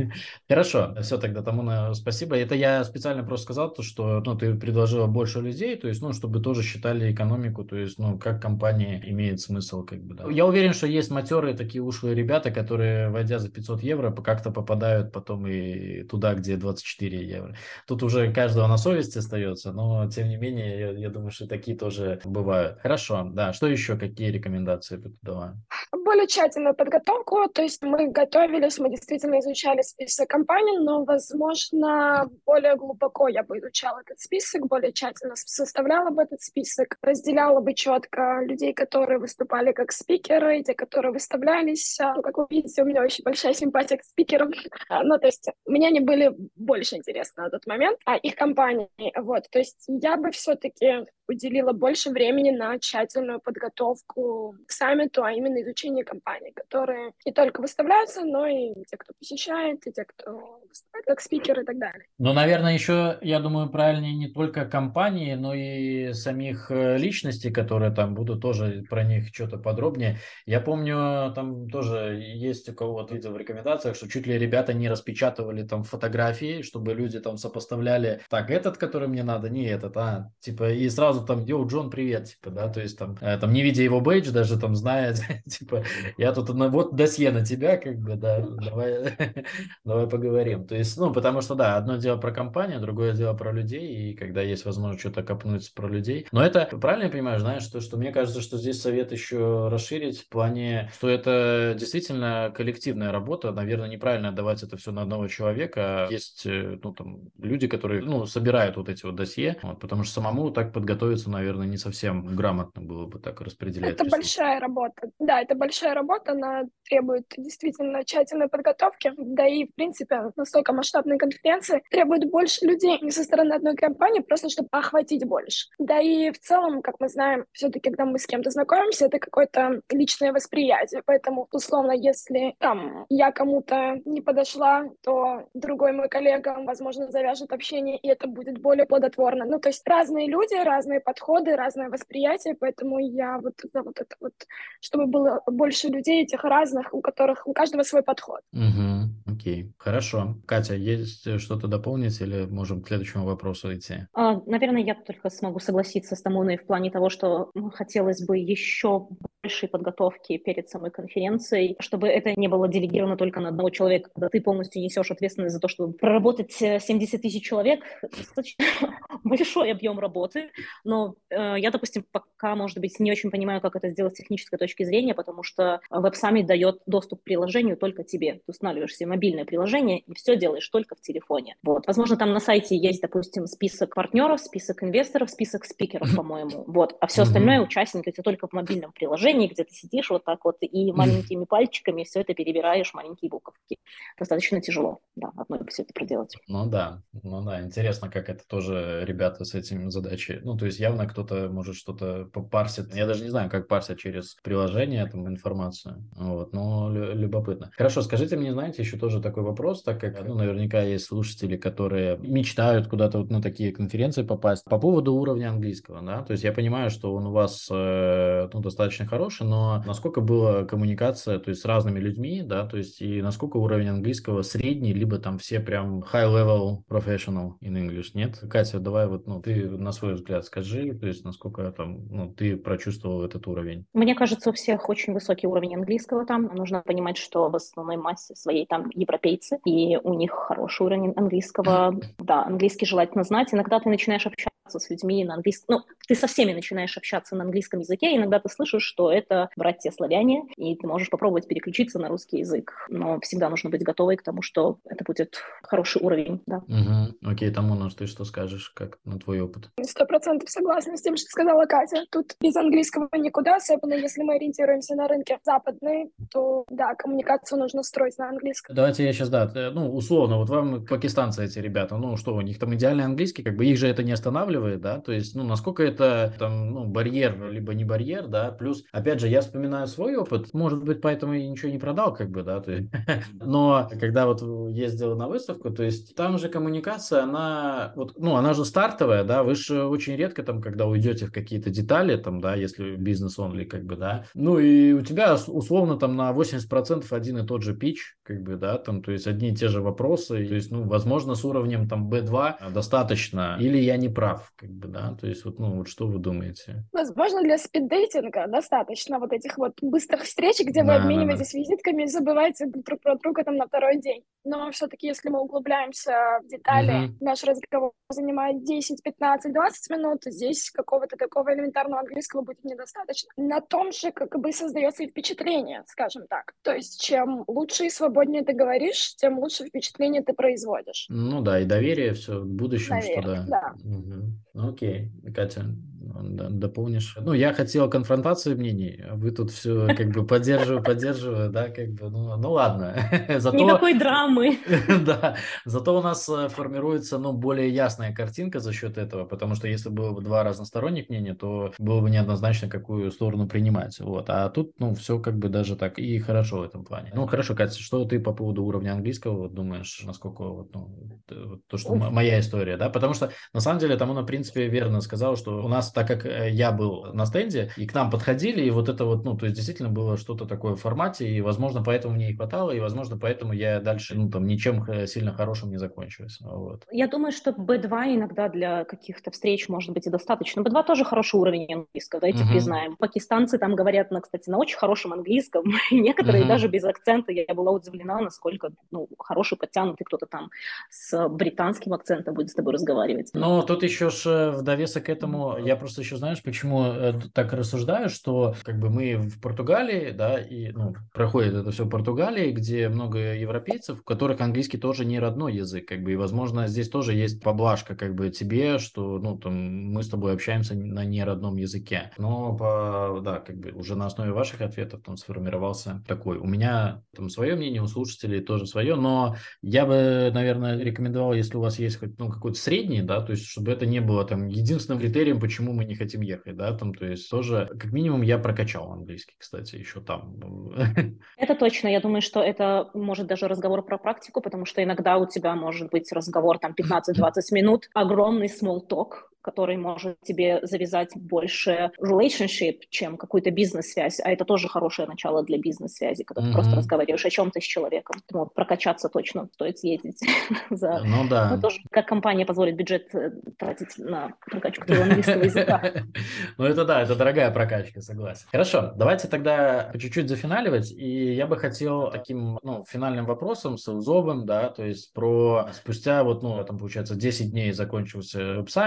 Хорошо, все тогда тому на спасибо. Это я специально просто сказал, то, что ну, ты предложила больше людей, то есть, ну, чтобы тоже считали экономику, то есть, ну, как компания имеет смысл, как бы, да. Я уверен, что есть матерые такие ушлые ребята, которые, войдя за пятьсот евро, как-то попадают потом и туда, где двадцать четыре евро. Тут уже каждого на совести остается, но, тем не менее, я, я думаю, что такие тоже бывают. Хорошо, да. Что еще, какие рекомендации бы ты дала? Более тщательную подготовку, то есть мы готовились, мы действительно изучали список компаний, но, возможно, более глубоко я бы изучала этот список, более тщательно с- составляла бы этот список, разделяла бы четко людей, которые выступали как спикеры, и те, которые выставлялись. А, Ну, как вы видите, у меня очень большая симпатия к спикерам. А, Ну, то есть мне они были больше интересны на тот момент, а их компании. Вот, то есть я бы все-таки уделила больше времени на тщательную подготовку к саммиту, а именно изучение компаний, которые не только выставляются, но и те, кто посещает, и те, кто выступает как спикер и так далее. Ну, наверное, еще, я думаю, правильнее не только компании, но и самих э, личностей, которые там будут, тоже про них что-то подробнее. Я помню, там тоже есть у кого вот видел в рекомендациях, что чуть ли ребята не распечатывали там фотографии, чтобы люди там сопоставляли, так, этот, который мне надо, не этот, а, типа, и сразу там, йоу, Джон, привет, типа, да, то есть там, э, там не видя его бейдж, даже там знает, типа, я тут, на- вот досье на тебя, как бы, да, давай, давай поговорим. То есть, ну, потому что, да, одно дело про компанию, другое дело про людей, и когда есть возможность что-то копнуть про людей. Но это, правильно я понимаю, знаешь, то, что мне кажется, что здесь совет еще расширить в плане, что это действительно коллективная работа, наверное, неправильно отдавать это все на одного человека. Есть, э, ну, там, люди, которые, ну, собирают вот эти вот досье, вот, потому что самому так подготовиться, наверное, не совсем грамотно было бы так распределять Это ресурсы. большая работа. Да, это большая работа, она требует действительно тщательной подготовки. Да и, в принципе, настолько масштабные конференции требуют больше людей не со стороны одной компании, просто чтобы охватить больше. Да и в целом, как мы знаем, все-таки, когда мы с кем-то знакомимся, это какое-то личное восприятие. Поэтому, условно, если там я кому-то не подошла, то другой мой коллега, возможно, завяжет общение, и это будет более плодотворно. Ну, то есть разные люди, разные подходы, разное восприятие, поэтому я вот за вот это вот, чтобы было больше людей этих разных, у которых у каждого свой подход. Угу, окей, хорошо. Катя, есть э, что-то дополнить или можем к следующему вопросу идти? А, Наверное, я только смогу согласиться с Тамуной в плане того, что ну, хотелось бы еще большей подготовки перед самой конференцией, чтобы это не было делегировано только на одного человека, когда ты полностью несешь ответственность за то, чтобы проработать э, семьдесят тысяч человек, достаточно большой объем работы, но э, я, допустим, пока, может быть, не очень понимаю, как это сделать с технической точки зрения, потому что веб-саммит дает доступ к приложению только тебе. Ты устанавливаешь себе мобильное приложение и все делаешь только в телефоне. Вот. Возможно, там на сайте есть, допустим, список партнеров, список инвесторов, список спикеров, по-моему. Вот. А все остальное Угу. участники это только в мобильном приложении, приложении, где ты сидишь вот так вот и маленькими пальчиками все это перебираешь, маленькие буковки. Достаточно тяжело, да, одной все это проделать. Ну да, ну да, интересно, как это тоже ребята с этим задачей. Ну, то есть явно кто-то может что-то попарсит. Я даже не знаю, как парсят через приложение там информацию. Вот, но лю- любопытно. Хорошо, скажите мне, знаете, еще тоже такой вопрос, так как, ну, наверняка есть слушатели, которые мечтают куда-то вот на такие конференции попасть. По поводу уровня английского, да, то есть я понимаю, что он у вас, э, ну, достаточно хороший, но насколько была коммуникация, то есть с разными людьми, да, то есть и насколько уровень английского средний, либо там все прям high-level professional in English, нет? Катя, давай вот, ну, ты на свой взгляд скажи, то есть насколько там, ну, ты прочувствовал этот уровень? Мне кажется, у всех очень высокий уровень английского там. Нужно понимать, что в основной массе своей там европейцы, и у них хороший уровень английского. Да, английский желательно знать. Иногда ты начинаешь общаться с людьми на английском, ну, ты со всеми начинаешь общаться на английском языке, и иногда ты слышишь, что это братья-славяне, и ты можешь попробовать переключиться на русский язык. Но всегда нужно быть готовой к тому, что это будет хороший уровень, да. Угу. Окей, Тамона, ты что скажешь, как на твой опыт? Сто процентов согласна с тем, что сказала Катя. Тут без английского никуда, особенно если мы ориентируемся на рынке западный, то да, коммуникацию нужно строить на английском. Давайте я сейчас, да, э, ну, условно, вот вам пакистанцы эти ребята, ну, что, у них там идеальный английский, как бы их же это не останавливает, да, то есть, ну, насколько это, там, ну, барьер, либо не барьер, да, плюс, опять же, я вспоминаю свой опыт, может быть, поэтому и ничего не продал, как бы, да, то есть, но когда вот ездил на выставку, то есть, там же коммуникация, она, вот, ну, она же стартовая, да, вы же очень редко там, когда уйдете в какие-то детали, там, да, если бизнес-онли, как бы, да, ну, и у тебя, условно, там, на восемьдесят процентов один и тот же пич, как бы, да, там, то есть одни и те же вопросы, то есть, ну, возможно, с уровнем там би два достаточно, или я не прав, как бы, да, то есть, вот, ну, вот что вы думаете? Возможно, для спиддейтинга достаточно вот этих вот быстрых встреч, где вы Да, да, да. обмениваетесь визитками и забываете друг про друга там на второй день. Но все-таки, если мы углубляемся в детали, Мгм. наш разговор занимает десять, пятнадцать, двадцать минут, здесь какого-то такого элементарного английского будет недостаточно. На том же как бы создается и впечатление, скажем так. То есть, чем лучше и свободнее ты говоришь, тем лучше впечатление ты производишь. Ну да, и доверие все в будущем, что Наверное, да. да. Мгм. Ну, окей, Катя, д- дополнишь. Ну, я хотел конфронтации мнений, а вы тут все как бы поддерживаю, поддерживаю, да, как бы, ну, ну ладно. Зато, Никакой драмы. да, зато у нас э, формируется, ну, более ясная картинка за счет этого, потому что если было бы два разносторонних мнения, то было бы неоднозначно, какую сторону принимать, вот. А тут, ну, все как бы даже так и хорошо в этом плане. Ну, хорошо, Катя, что ты по поводу уровня английского вот думаешь, насколько вот, ну, т- вот то, что м- моя история, да, потому что на самом деле там он, в принципе, верно сказал, что у нас, так как э, я был на стенде, и к нам подходили, и вот это вот, ну, то есть действительно было что-то такое в формате, и, возможно, поэтому мне и хватало, и, возможно, поэтому я дальше, ну, там, ничем э, сильно хорошим не закончилось, вот. Я думаю, что би два иногда для каких-то встреч может быть и достаточно. би два тоже хороший уровень английского, давайте Мгм. признаем. Пакистанцы там говорят, на, кстати, на очень хорошем английском. И некоторые даже Мгм. без акцента. Я была удивлена, насколько ну, хороший, подтянутый кто-то там с британским акцентом будет с тобой разговаривать. Но тут еще ж э, в довесок к этому, я просто еще, знаешь, почему э, д- так рассуждаю, что как бы мы в Португалии, да, и ну, проходит это все в Португалии, где много европейцев, у которых английский тоже не родной язык, как бы, и, возможно, здесь тоже есть поблажка, как бы, тебе, что, ну, там, мы с тобой общаемся на неродном языке. Но, по, да, как бы, уже на основе ваших ответов там сформировался такой. У меня там свое мнение, у слушателей тоже свое, но я бы, наверное, рекомендовал, если у вас есть хоть, ну, какой-то средний, да, то есть, чтобы это не было там единственным критерием, почему мы не хотим ехать, да, там, то есть, тоже, как минимум, я прокачал английский, кстати, еще там. Это точно. Я думаю, что это может даже разговор про практику, потому что иногда у тебя может быть разговор там пятнадцать-двадцать минут, огромный small talk, который может тебе завязать больше relationship, чем какую-то бизнес-связь, а это тоже хорошее начало для бизнес-связи, когда ты просто Мгм. разговариваешь о чем-то с человеком. Поэтому прокачаться точно стоит съездить за... Ну Ну, да. тоже, как компания позволит бюджет э, тратить на прокачку твоего английского языка. Ну это да, это дорогая прокачка, согласен. Хорошо, давайте тогда по чуть-чуть зафиналивать, и я бы хотел таким, ну, финальным вопросом, селзовым, да, то есть про спустя вот, ну, там, получается, десять дней закончился веб-саммит, да,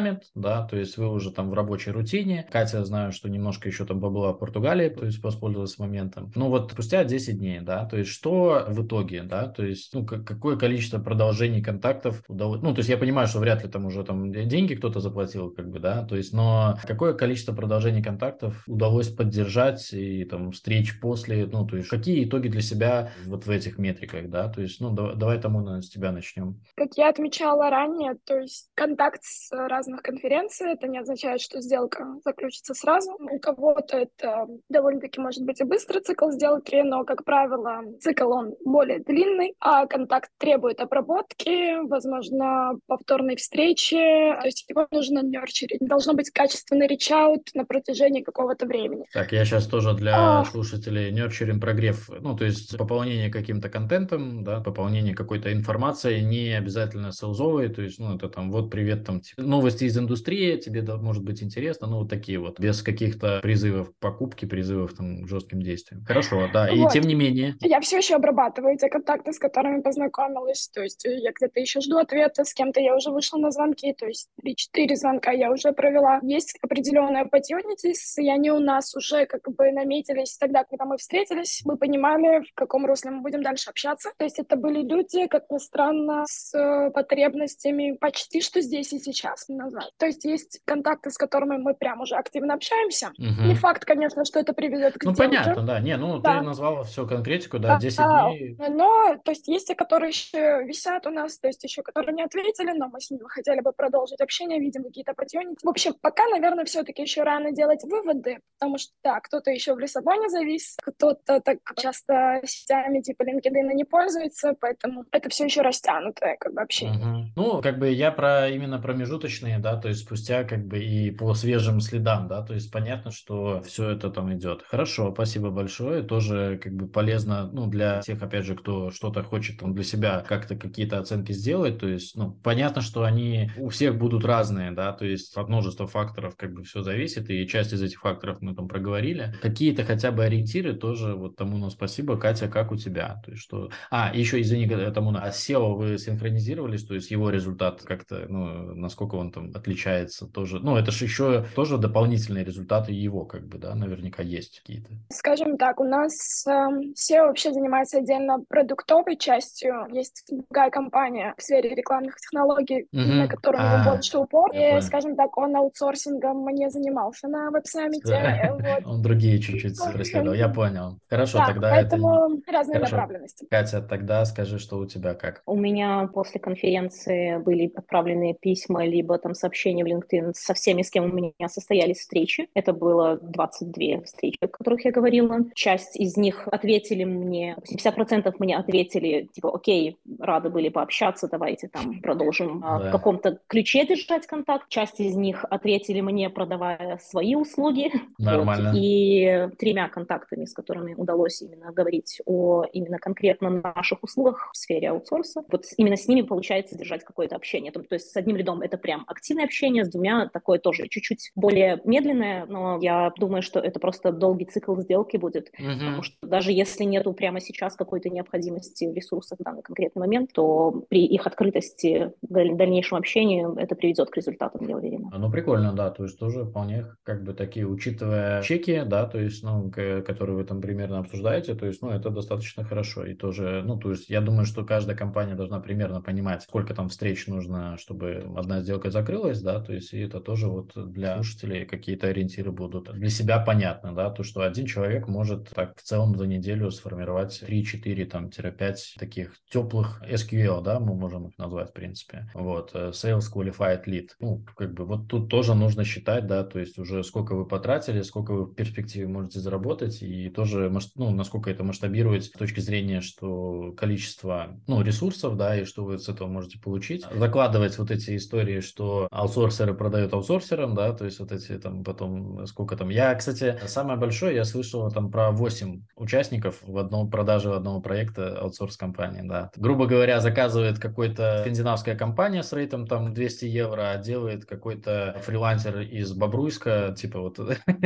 да, то есть вы уже там в рабочей рутине. Катя, знаю, что немножко еще там побыла в Португалии, то есть воспользовалась моментом. Ну вот спустя десять дней, да, то есть что в итоге, да, то есть, ну, как, какое количество продолжений контактов удалось, ну, то есть я понимаю, что вряд ли там уже там деньги кто-то заплатил, как бы, да, то есть, но какое количество продолжений контактов удалось поддержать и там встреч после, ну, то есть какие итоги для себя вот в этих метриках, да, то есть, ну, давай, давай тому, наверное, с тебя начнем. Как я отмечала ранее, то есть контакт с разных конференций, это не означает, что сделка заключится сразу. У кого-то это довольно-таки может быть и быстрый цикл сделки, но, как правило, цикл он более длинный, а контакт требует обработки, возможно, повторной встречи, то есть его нужно нерчерить. Должно быть качественный рич-аут на протяжении какого-то времени. Так, я сейчас тоже для А, слушателей nurturing прогрев, ну, то есть пополнение каким-то контентом, да, пополнение какой-то информацией, не обязательно селзовой, то есть, ну, это там, вот, привет, там, типа, новости из индустрии, тебе да, может быть интересно, ну, вот такие вот, без каких-то призывов к покупке, призывов там к жестким действиям. Хорошо, да, и вот. тем не менее. Я все еще обрабатываю те контакты, с которыми познакомилась. То есть э, я где-то еще жду ответа, с кем-то я уже вышла на звонки, то есть три-четыре звонка я уже провела. Есть определенные opportunities, и они у нас уже как бы наметились тогда, когда мы встретились. Мы понимали, в каком русле мы будем дальше общаться. То есть это были люди, как ни странно, с э, потребностями почти что здесь и сейчас назад. То есть есть контакты, с которыми мы прям уже активно общаемся. Не Угу. факт, конечно, что это приведет к Ну, сделке. понятно, да, не, ну, ты Да. назвала всю конкретику, да, десять А, дней. но, то есть, есть те, которые еще висят у нас, то есть, еще которые не ответили, но мы с ними хотели бы продолжить общение, видим какие-то opportunity. В общем, пока, наверное, все-таки еще рано делать выводы, потому что, да, кто-то еще в Лиссабоне завис, кто-то так часто сетями типа LinkedIn не пользуется, поэтому это все еще растянутое, как бы, общение. Мгм. Ну, как бы я про именно промежуточные, да, то есть спустя как бы и по свежим следам, да, то есть понятно, что все это там идет. Хорошо, спасибо большое, тоже как бы полезно, ну, для тех, опять же, кто что-то хочет там для себя как-то какие-то оценки сделать, то есть, ну, понятно, что они у всех будут разные, да, то есть от множества факторов как бы все зависит, и часть из этих факторов мы там проговорили. Какие-то хотя бы ориентиры тоже, вот тому, ну, спасибо. Катя, как у тебя? То есть что... А, еще, извини, тому, а сео вы синхронизировались, то есть его результат как-то, ну, насколько он там отличается тоже. Ну, это же еще тоже дополнительные результаты его, как бы, да, наверняка есть какие-то. Скажем так, у нас э, сео вообще занимается отдельно продуктовой частью. Есть другая компания в сфере рекламных технологий, Угу. на которую у него А, больше упор. я И, понял. скажем так, он аутсорсингом не занимался на веб-саммите. Вот. Он другие чуть-чуть преследовал. Я понял. Хорошо, Да, тогда это... поэтому разные Хорошо. направленности. Катя, тогда скажи, что у тебя как? У меня после конференции были отправлены письма, либо там сообщения в LinkedIn со всеми, с кем у меня состоялись встречи. Это было двадцать две встречи, о которых я говорила. Часть из них ответили мне, пятьдесят процентов мне ответили, типа, окей, рады были пообщаться, давайте там продолжим Да. в каком-то ключе держать контакт. Часть из них ответили мне, продавая свои услуги. Нормально. Вот. И тремя контактами, с которыми удалось именно говорить о именно конкретно наших услугах в сфере аутсорса, вот именно с ними получается держать какое-то общение. То, то есть с одним рядом это прям активное общение, с двумя такое тоже чуть-чуть более медленное, но я думаю, что это просто долгий цикл сделки будет, Угу. потому что даже если нету прямо сейчас какой-то необходимости в ресурсах в данный конкретный момент, то при их открытости в дальнейшем общении это приведет к результатам, я уверена. Ну, прикольно, да, то есть тоже вполне как бы такие, учитывая чеки, да, то есть, ну, к- которые вы там примерно обсуждаете, то есть, ну, это достаточно хорошо. И тоже, ну, то есть, я думаю, что каждая компания должна примерно понимать, сколько там встреч нужно, чтобы одна сделка закрылась, да, то есть, и это тоже вот для слушателей какие-то ориентиры будут для себя понятно, да, то, что один человек может так в целом за неделю сформировать три-четыре, там, пять таких теплых эс кью эль, да, мы можем их назвать, в принципе, вот, э, Sales Qualified Lead, ну, как бы, вот тут тоже нужно считать, да, то есть уже сколько вы потратили, сколько вы в перспективе можете заработать, и тоже, ну, насколько это масштабировать с точки зрения, что количество, ну, ресурсов, да, и что вы с этого можете получить. Закладывать вот эти истории, что аутсорсеры продают аутсорсерам, да, то есть вот эти там потом, сколько там. Я, кстати, самое большое, я слышал там про восемь участников в одном продаже одного проекта аутсорс-компании, да. Грубо говоря, заказывает какой-то скандинавская компания с рейтом там двести евро, а делает какой-то фрилансер из Бобруйска, типа вот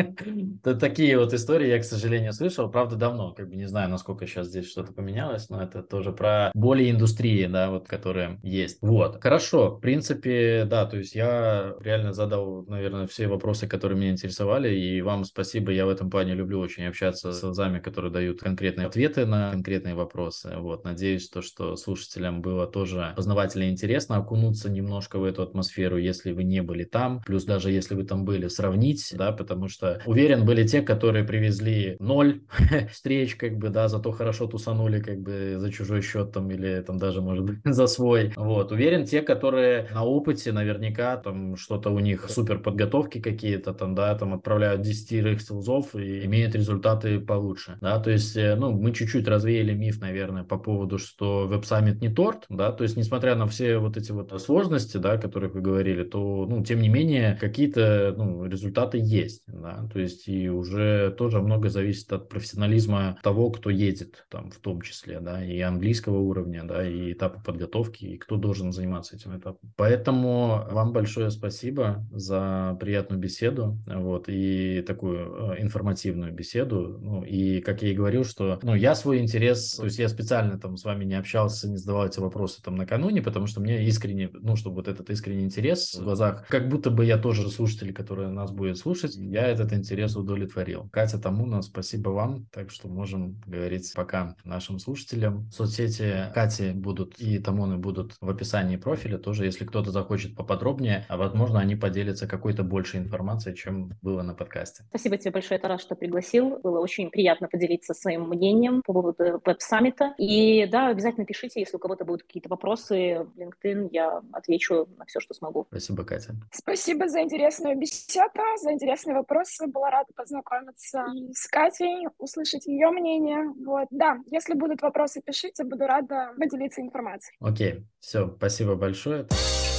такие вот истории я, к сожалению, слышал, правда, давно, как бы не знаю, насколько сейчас здесь что-то поменялось, но это тоже про боли индустрии, да, вот, которые есть. Вот, хорошо, в принципе, да, то есть я я реально задал, наверное, все вопросы, которые меня интересовали, и вам спасибо. Я в этом плане люблю очень общаться с зами, которые дают конкретные ответы на конкретные вопросы. Вот, надеюсь, то, что слушателям было тоже познавательно и интересно окунуться немножко в эту атмосферу, если вы не были там, плюс даже если вы там были, сравнить, да, потому что, уверен, были те, которые привезли ноль встреч, как бы, да, зато хорошо тусанули, как бы, за чужой счет там, или там даже, может быть, за свой. Вот, уверен, те, которые на опыте, наверняка, там, что-то у них супер подготовки какие-то, там, да, там, отправляют десятерых селзов и имеют результаты получше, да, то есть, ну, мы чуть-чуть развеяли миф, наверное, по поводу, что веб-саммит не торт, да, то есть, несмотря на все вот эти вот сложности, да, о которых вы говорили, то, ну, тем не менее, какие-то, ну, результаты есть, да, то есть, и уже тоже много зависит от профессионализма того, кто едет, там, в том числе, да, и английского уровня, да, и этапа подготовки, и кто должен заниматься этим этапом. Поэтому вам большое спасибо за приятную беседу, вот, и такую информативную беседу, ну, и, как я и говорил, что, ну, я свой интерес, то есть, я специально там с вами не общался, не задавал эти вопросы там накануне, потому что мне искренне, ну, чтобы вот этот искренний интерес в глазах, как будто бы я тоже слушатель, который нас будет слушать, я этот интерес удовлетворил. Катя Тамуна, спасибо вам, так что можем говорить пока нашим слушателям. Соцсети Кати будут и Тамуны будут в описании профиля, тоже если кто-то захочет поподробнее, а возможно они поделятся какой-то большей информацией, чем было на подкасте. Спасибо тебе большое, Тарас, что пригласил. Было очень приятно поделиться своим мнением по поводу веб-саммита. И да, обязательно пишите, если у кого-то будут какие-то вопросы в LinkedIn, я отвечу на все, что смогу. Спасибо, Катя. Спасибо за интересную беседу, за интересные вопросы. Была рада познакомиться и с Катей, услышать ее мнение. Вот, да, если будут вопросы, пишите, буду рада поделиться информацией. Окей, все, спасибо большое.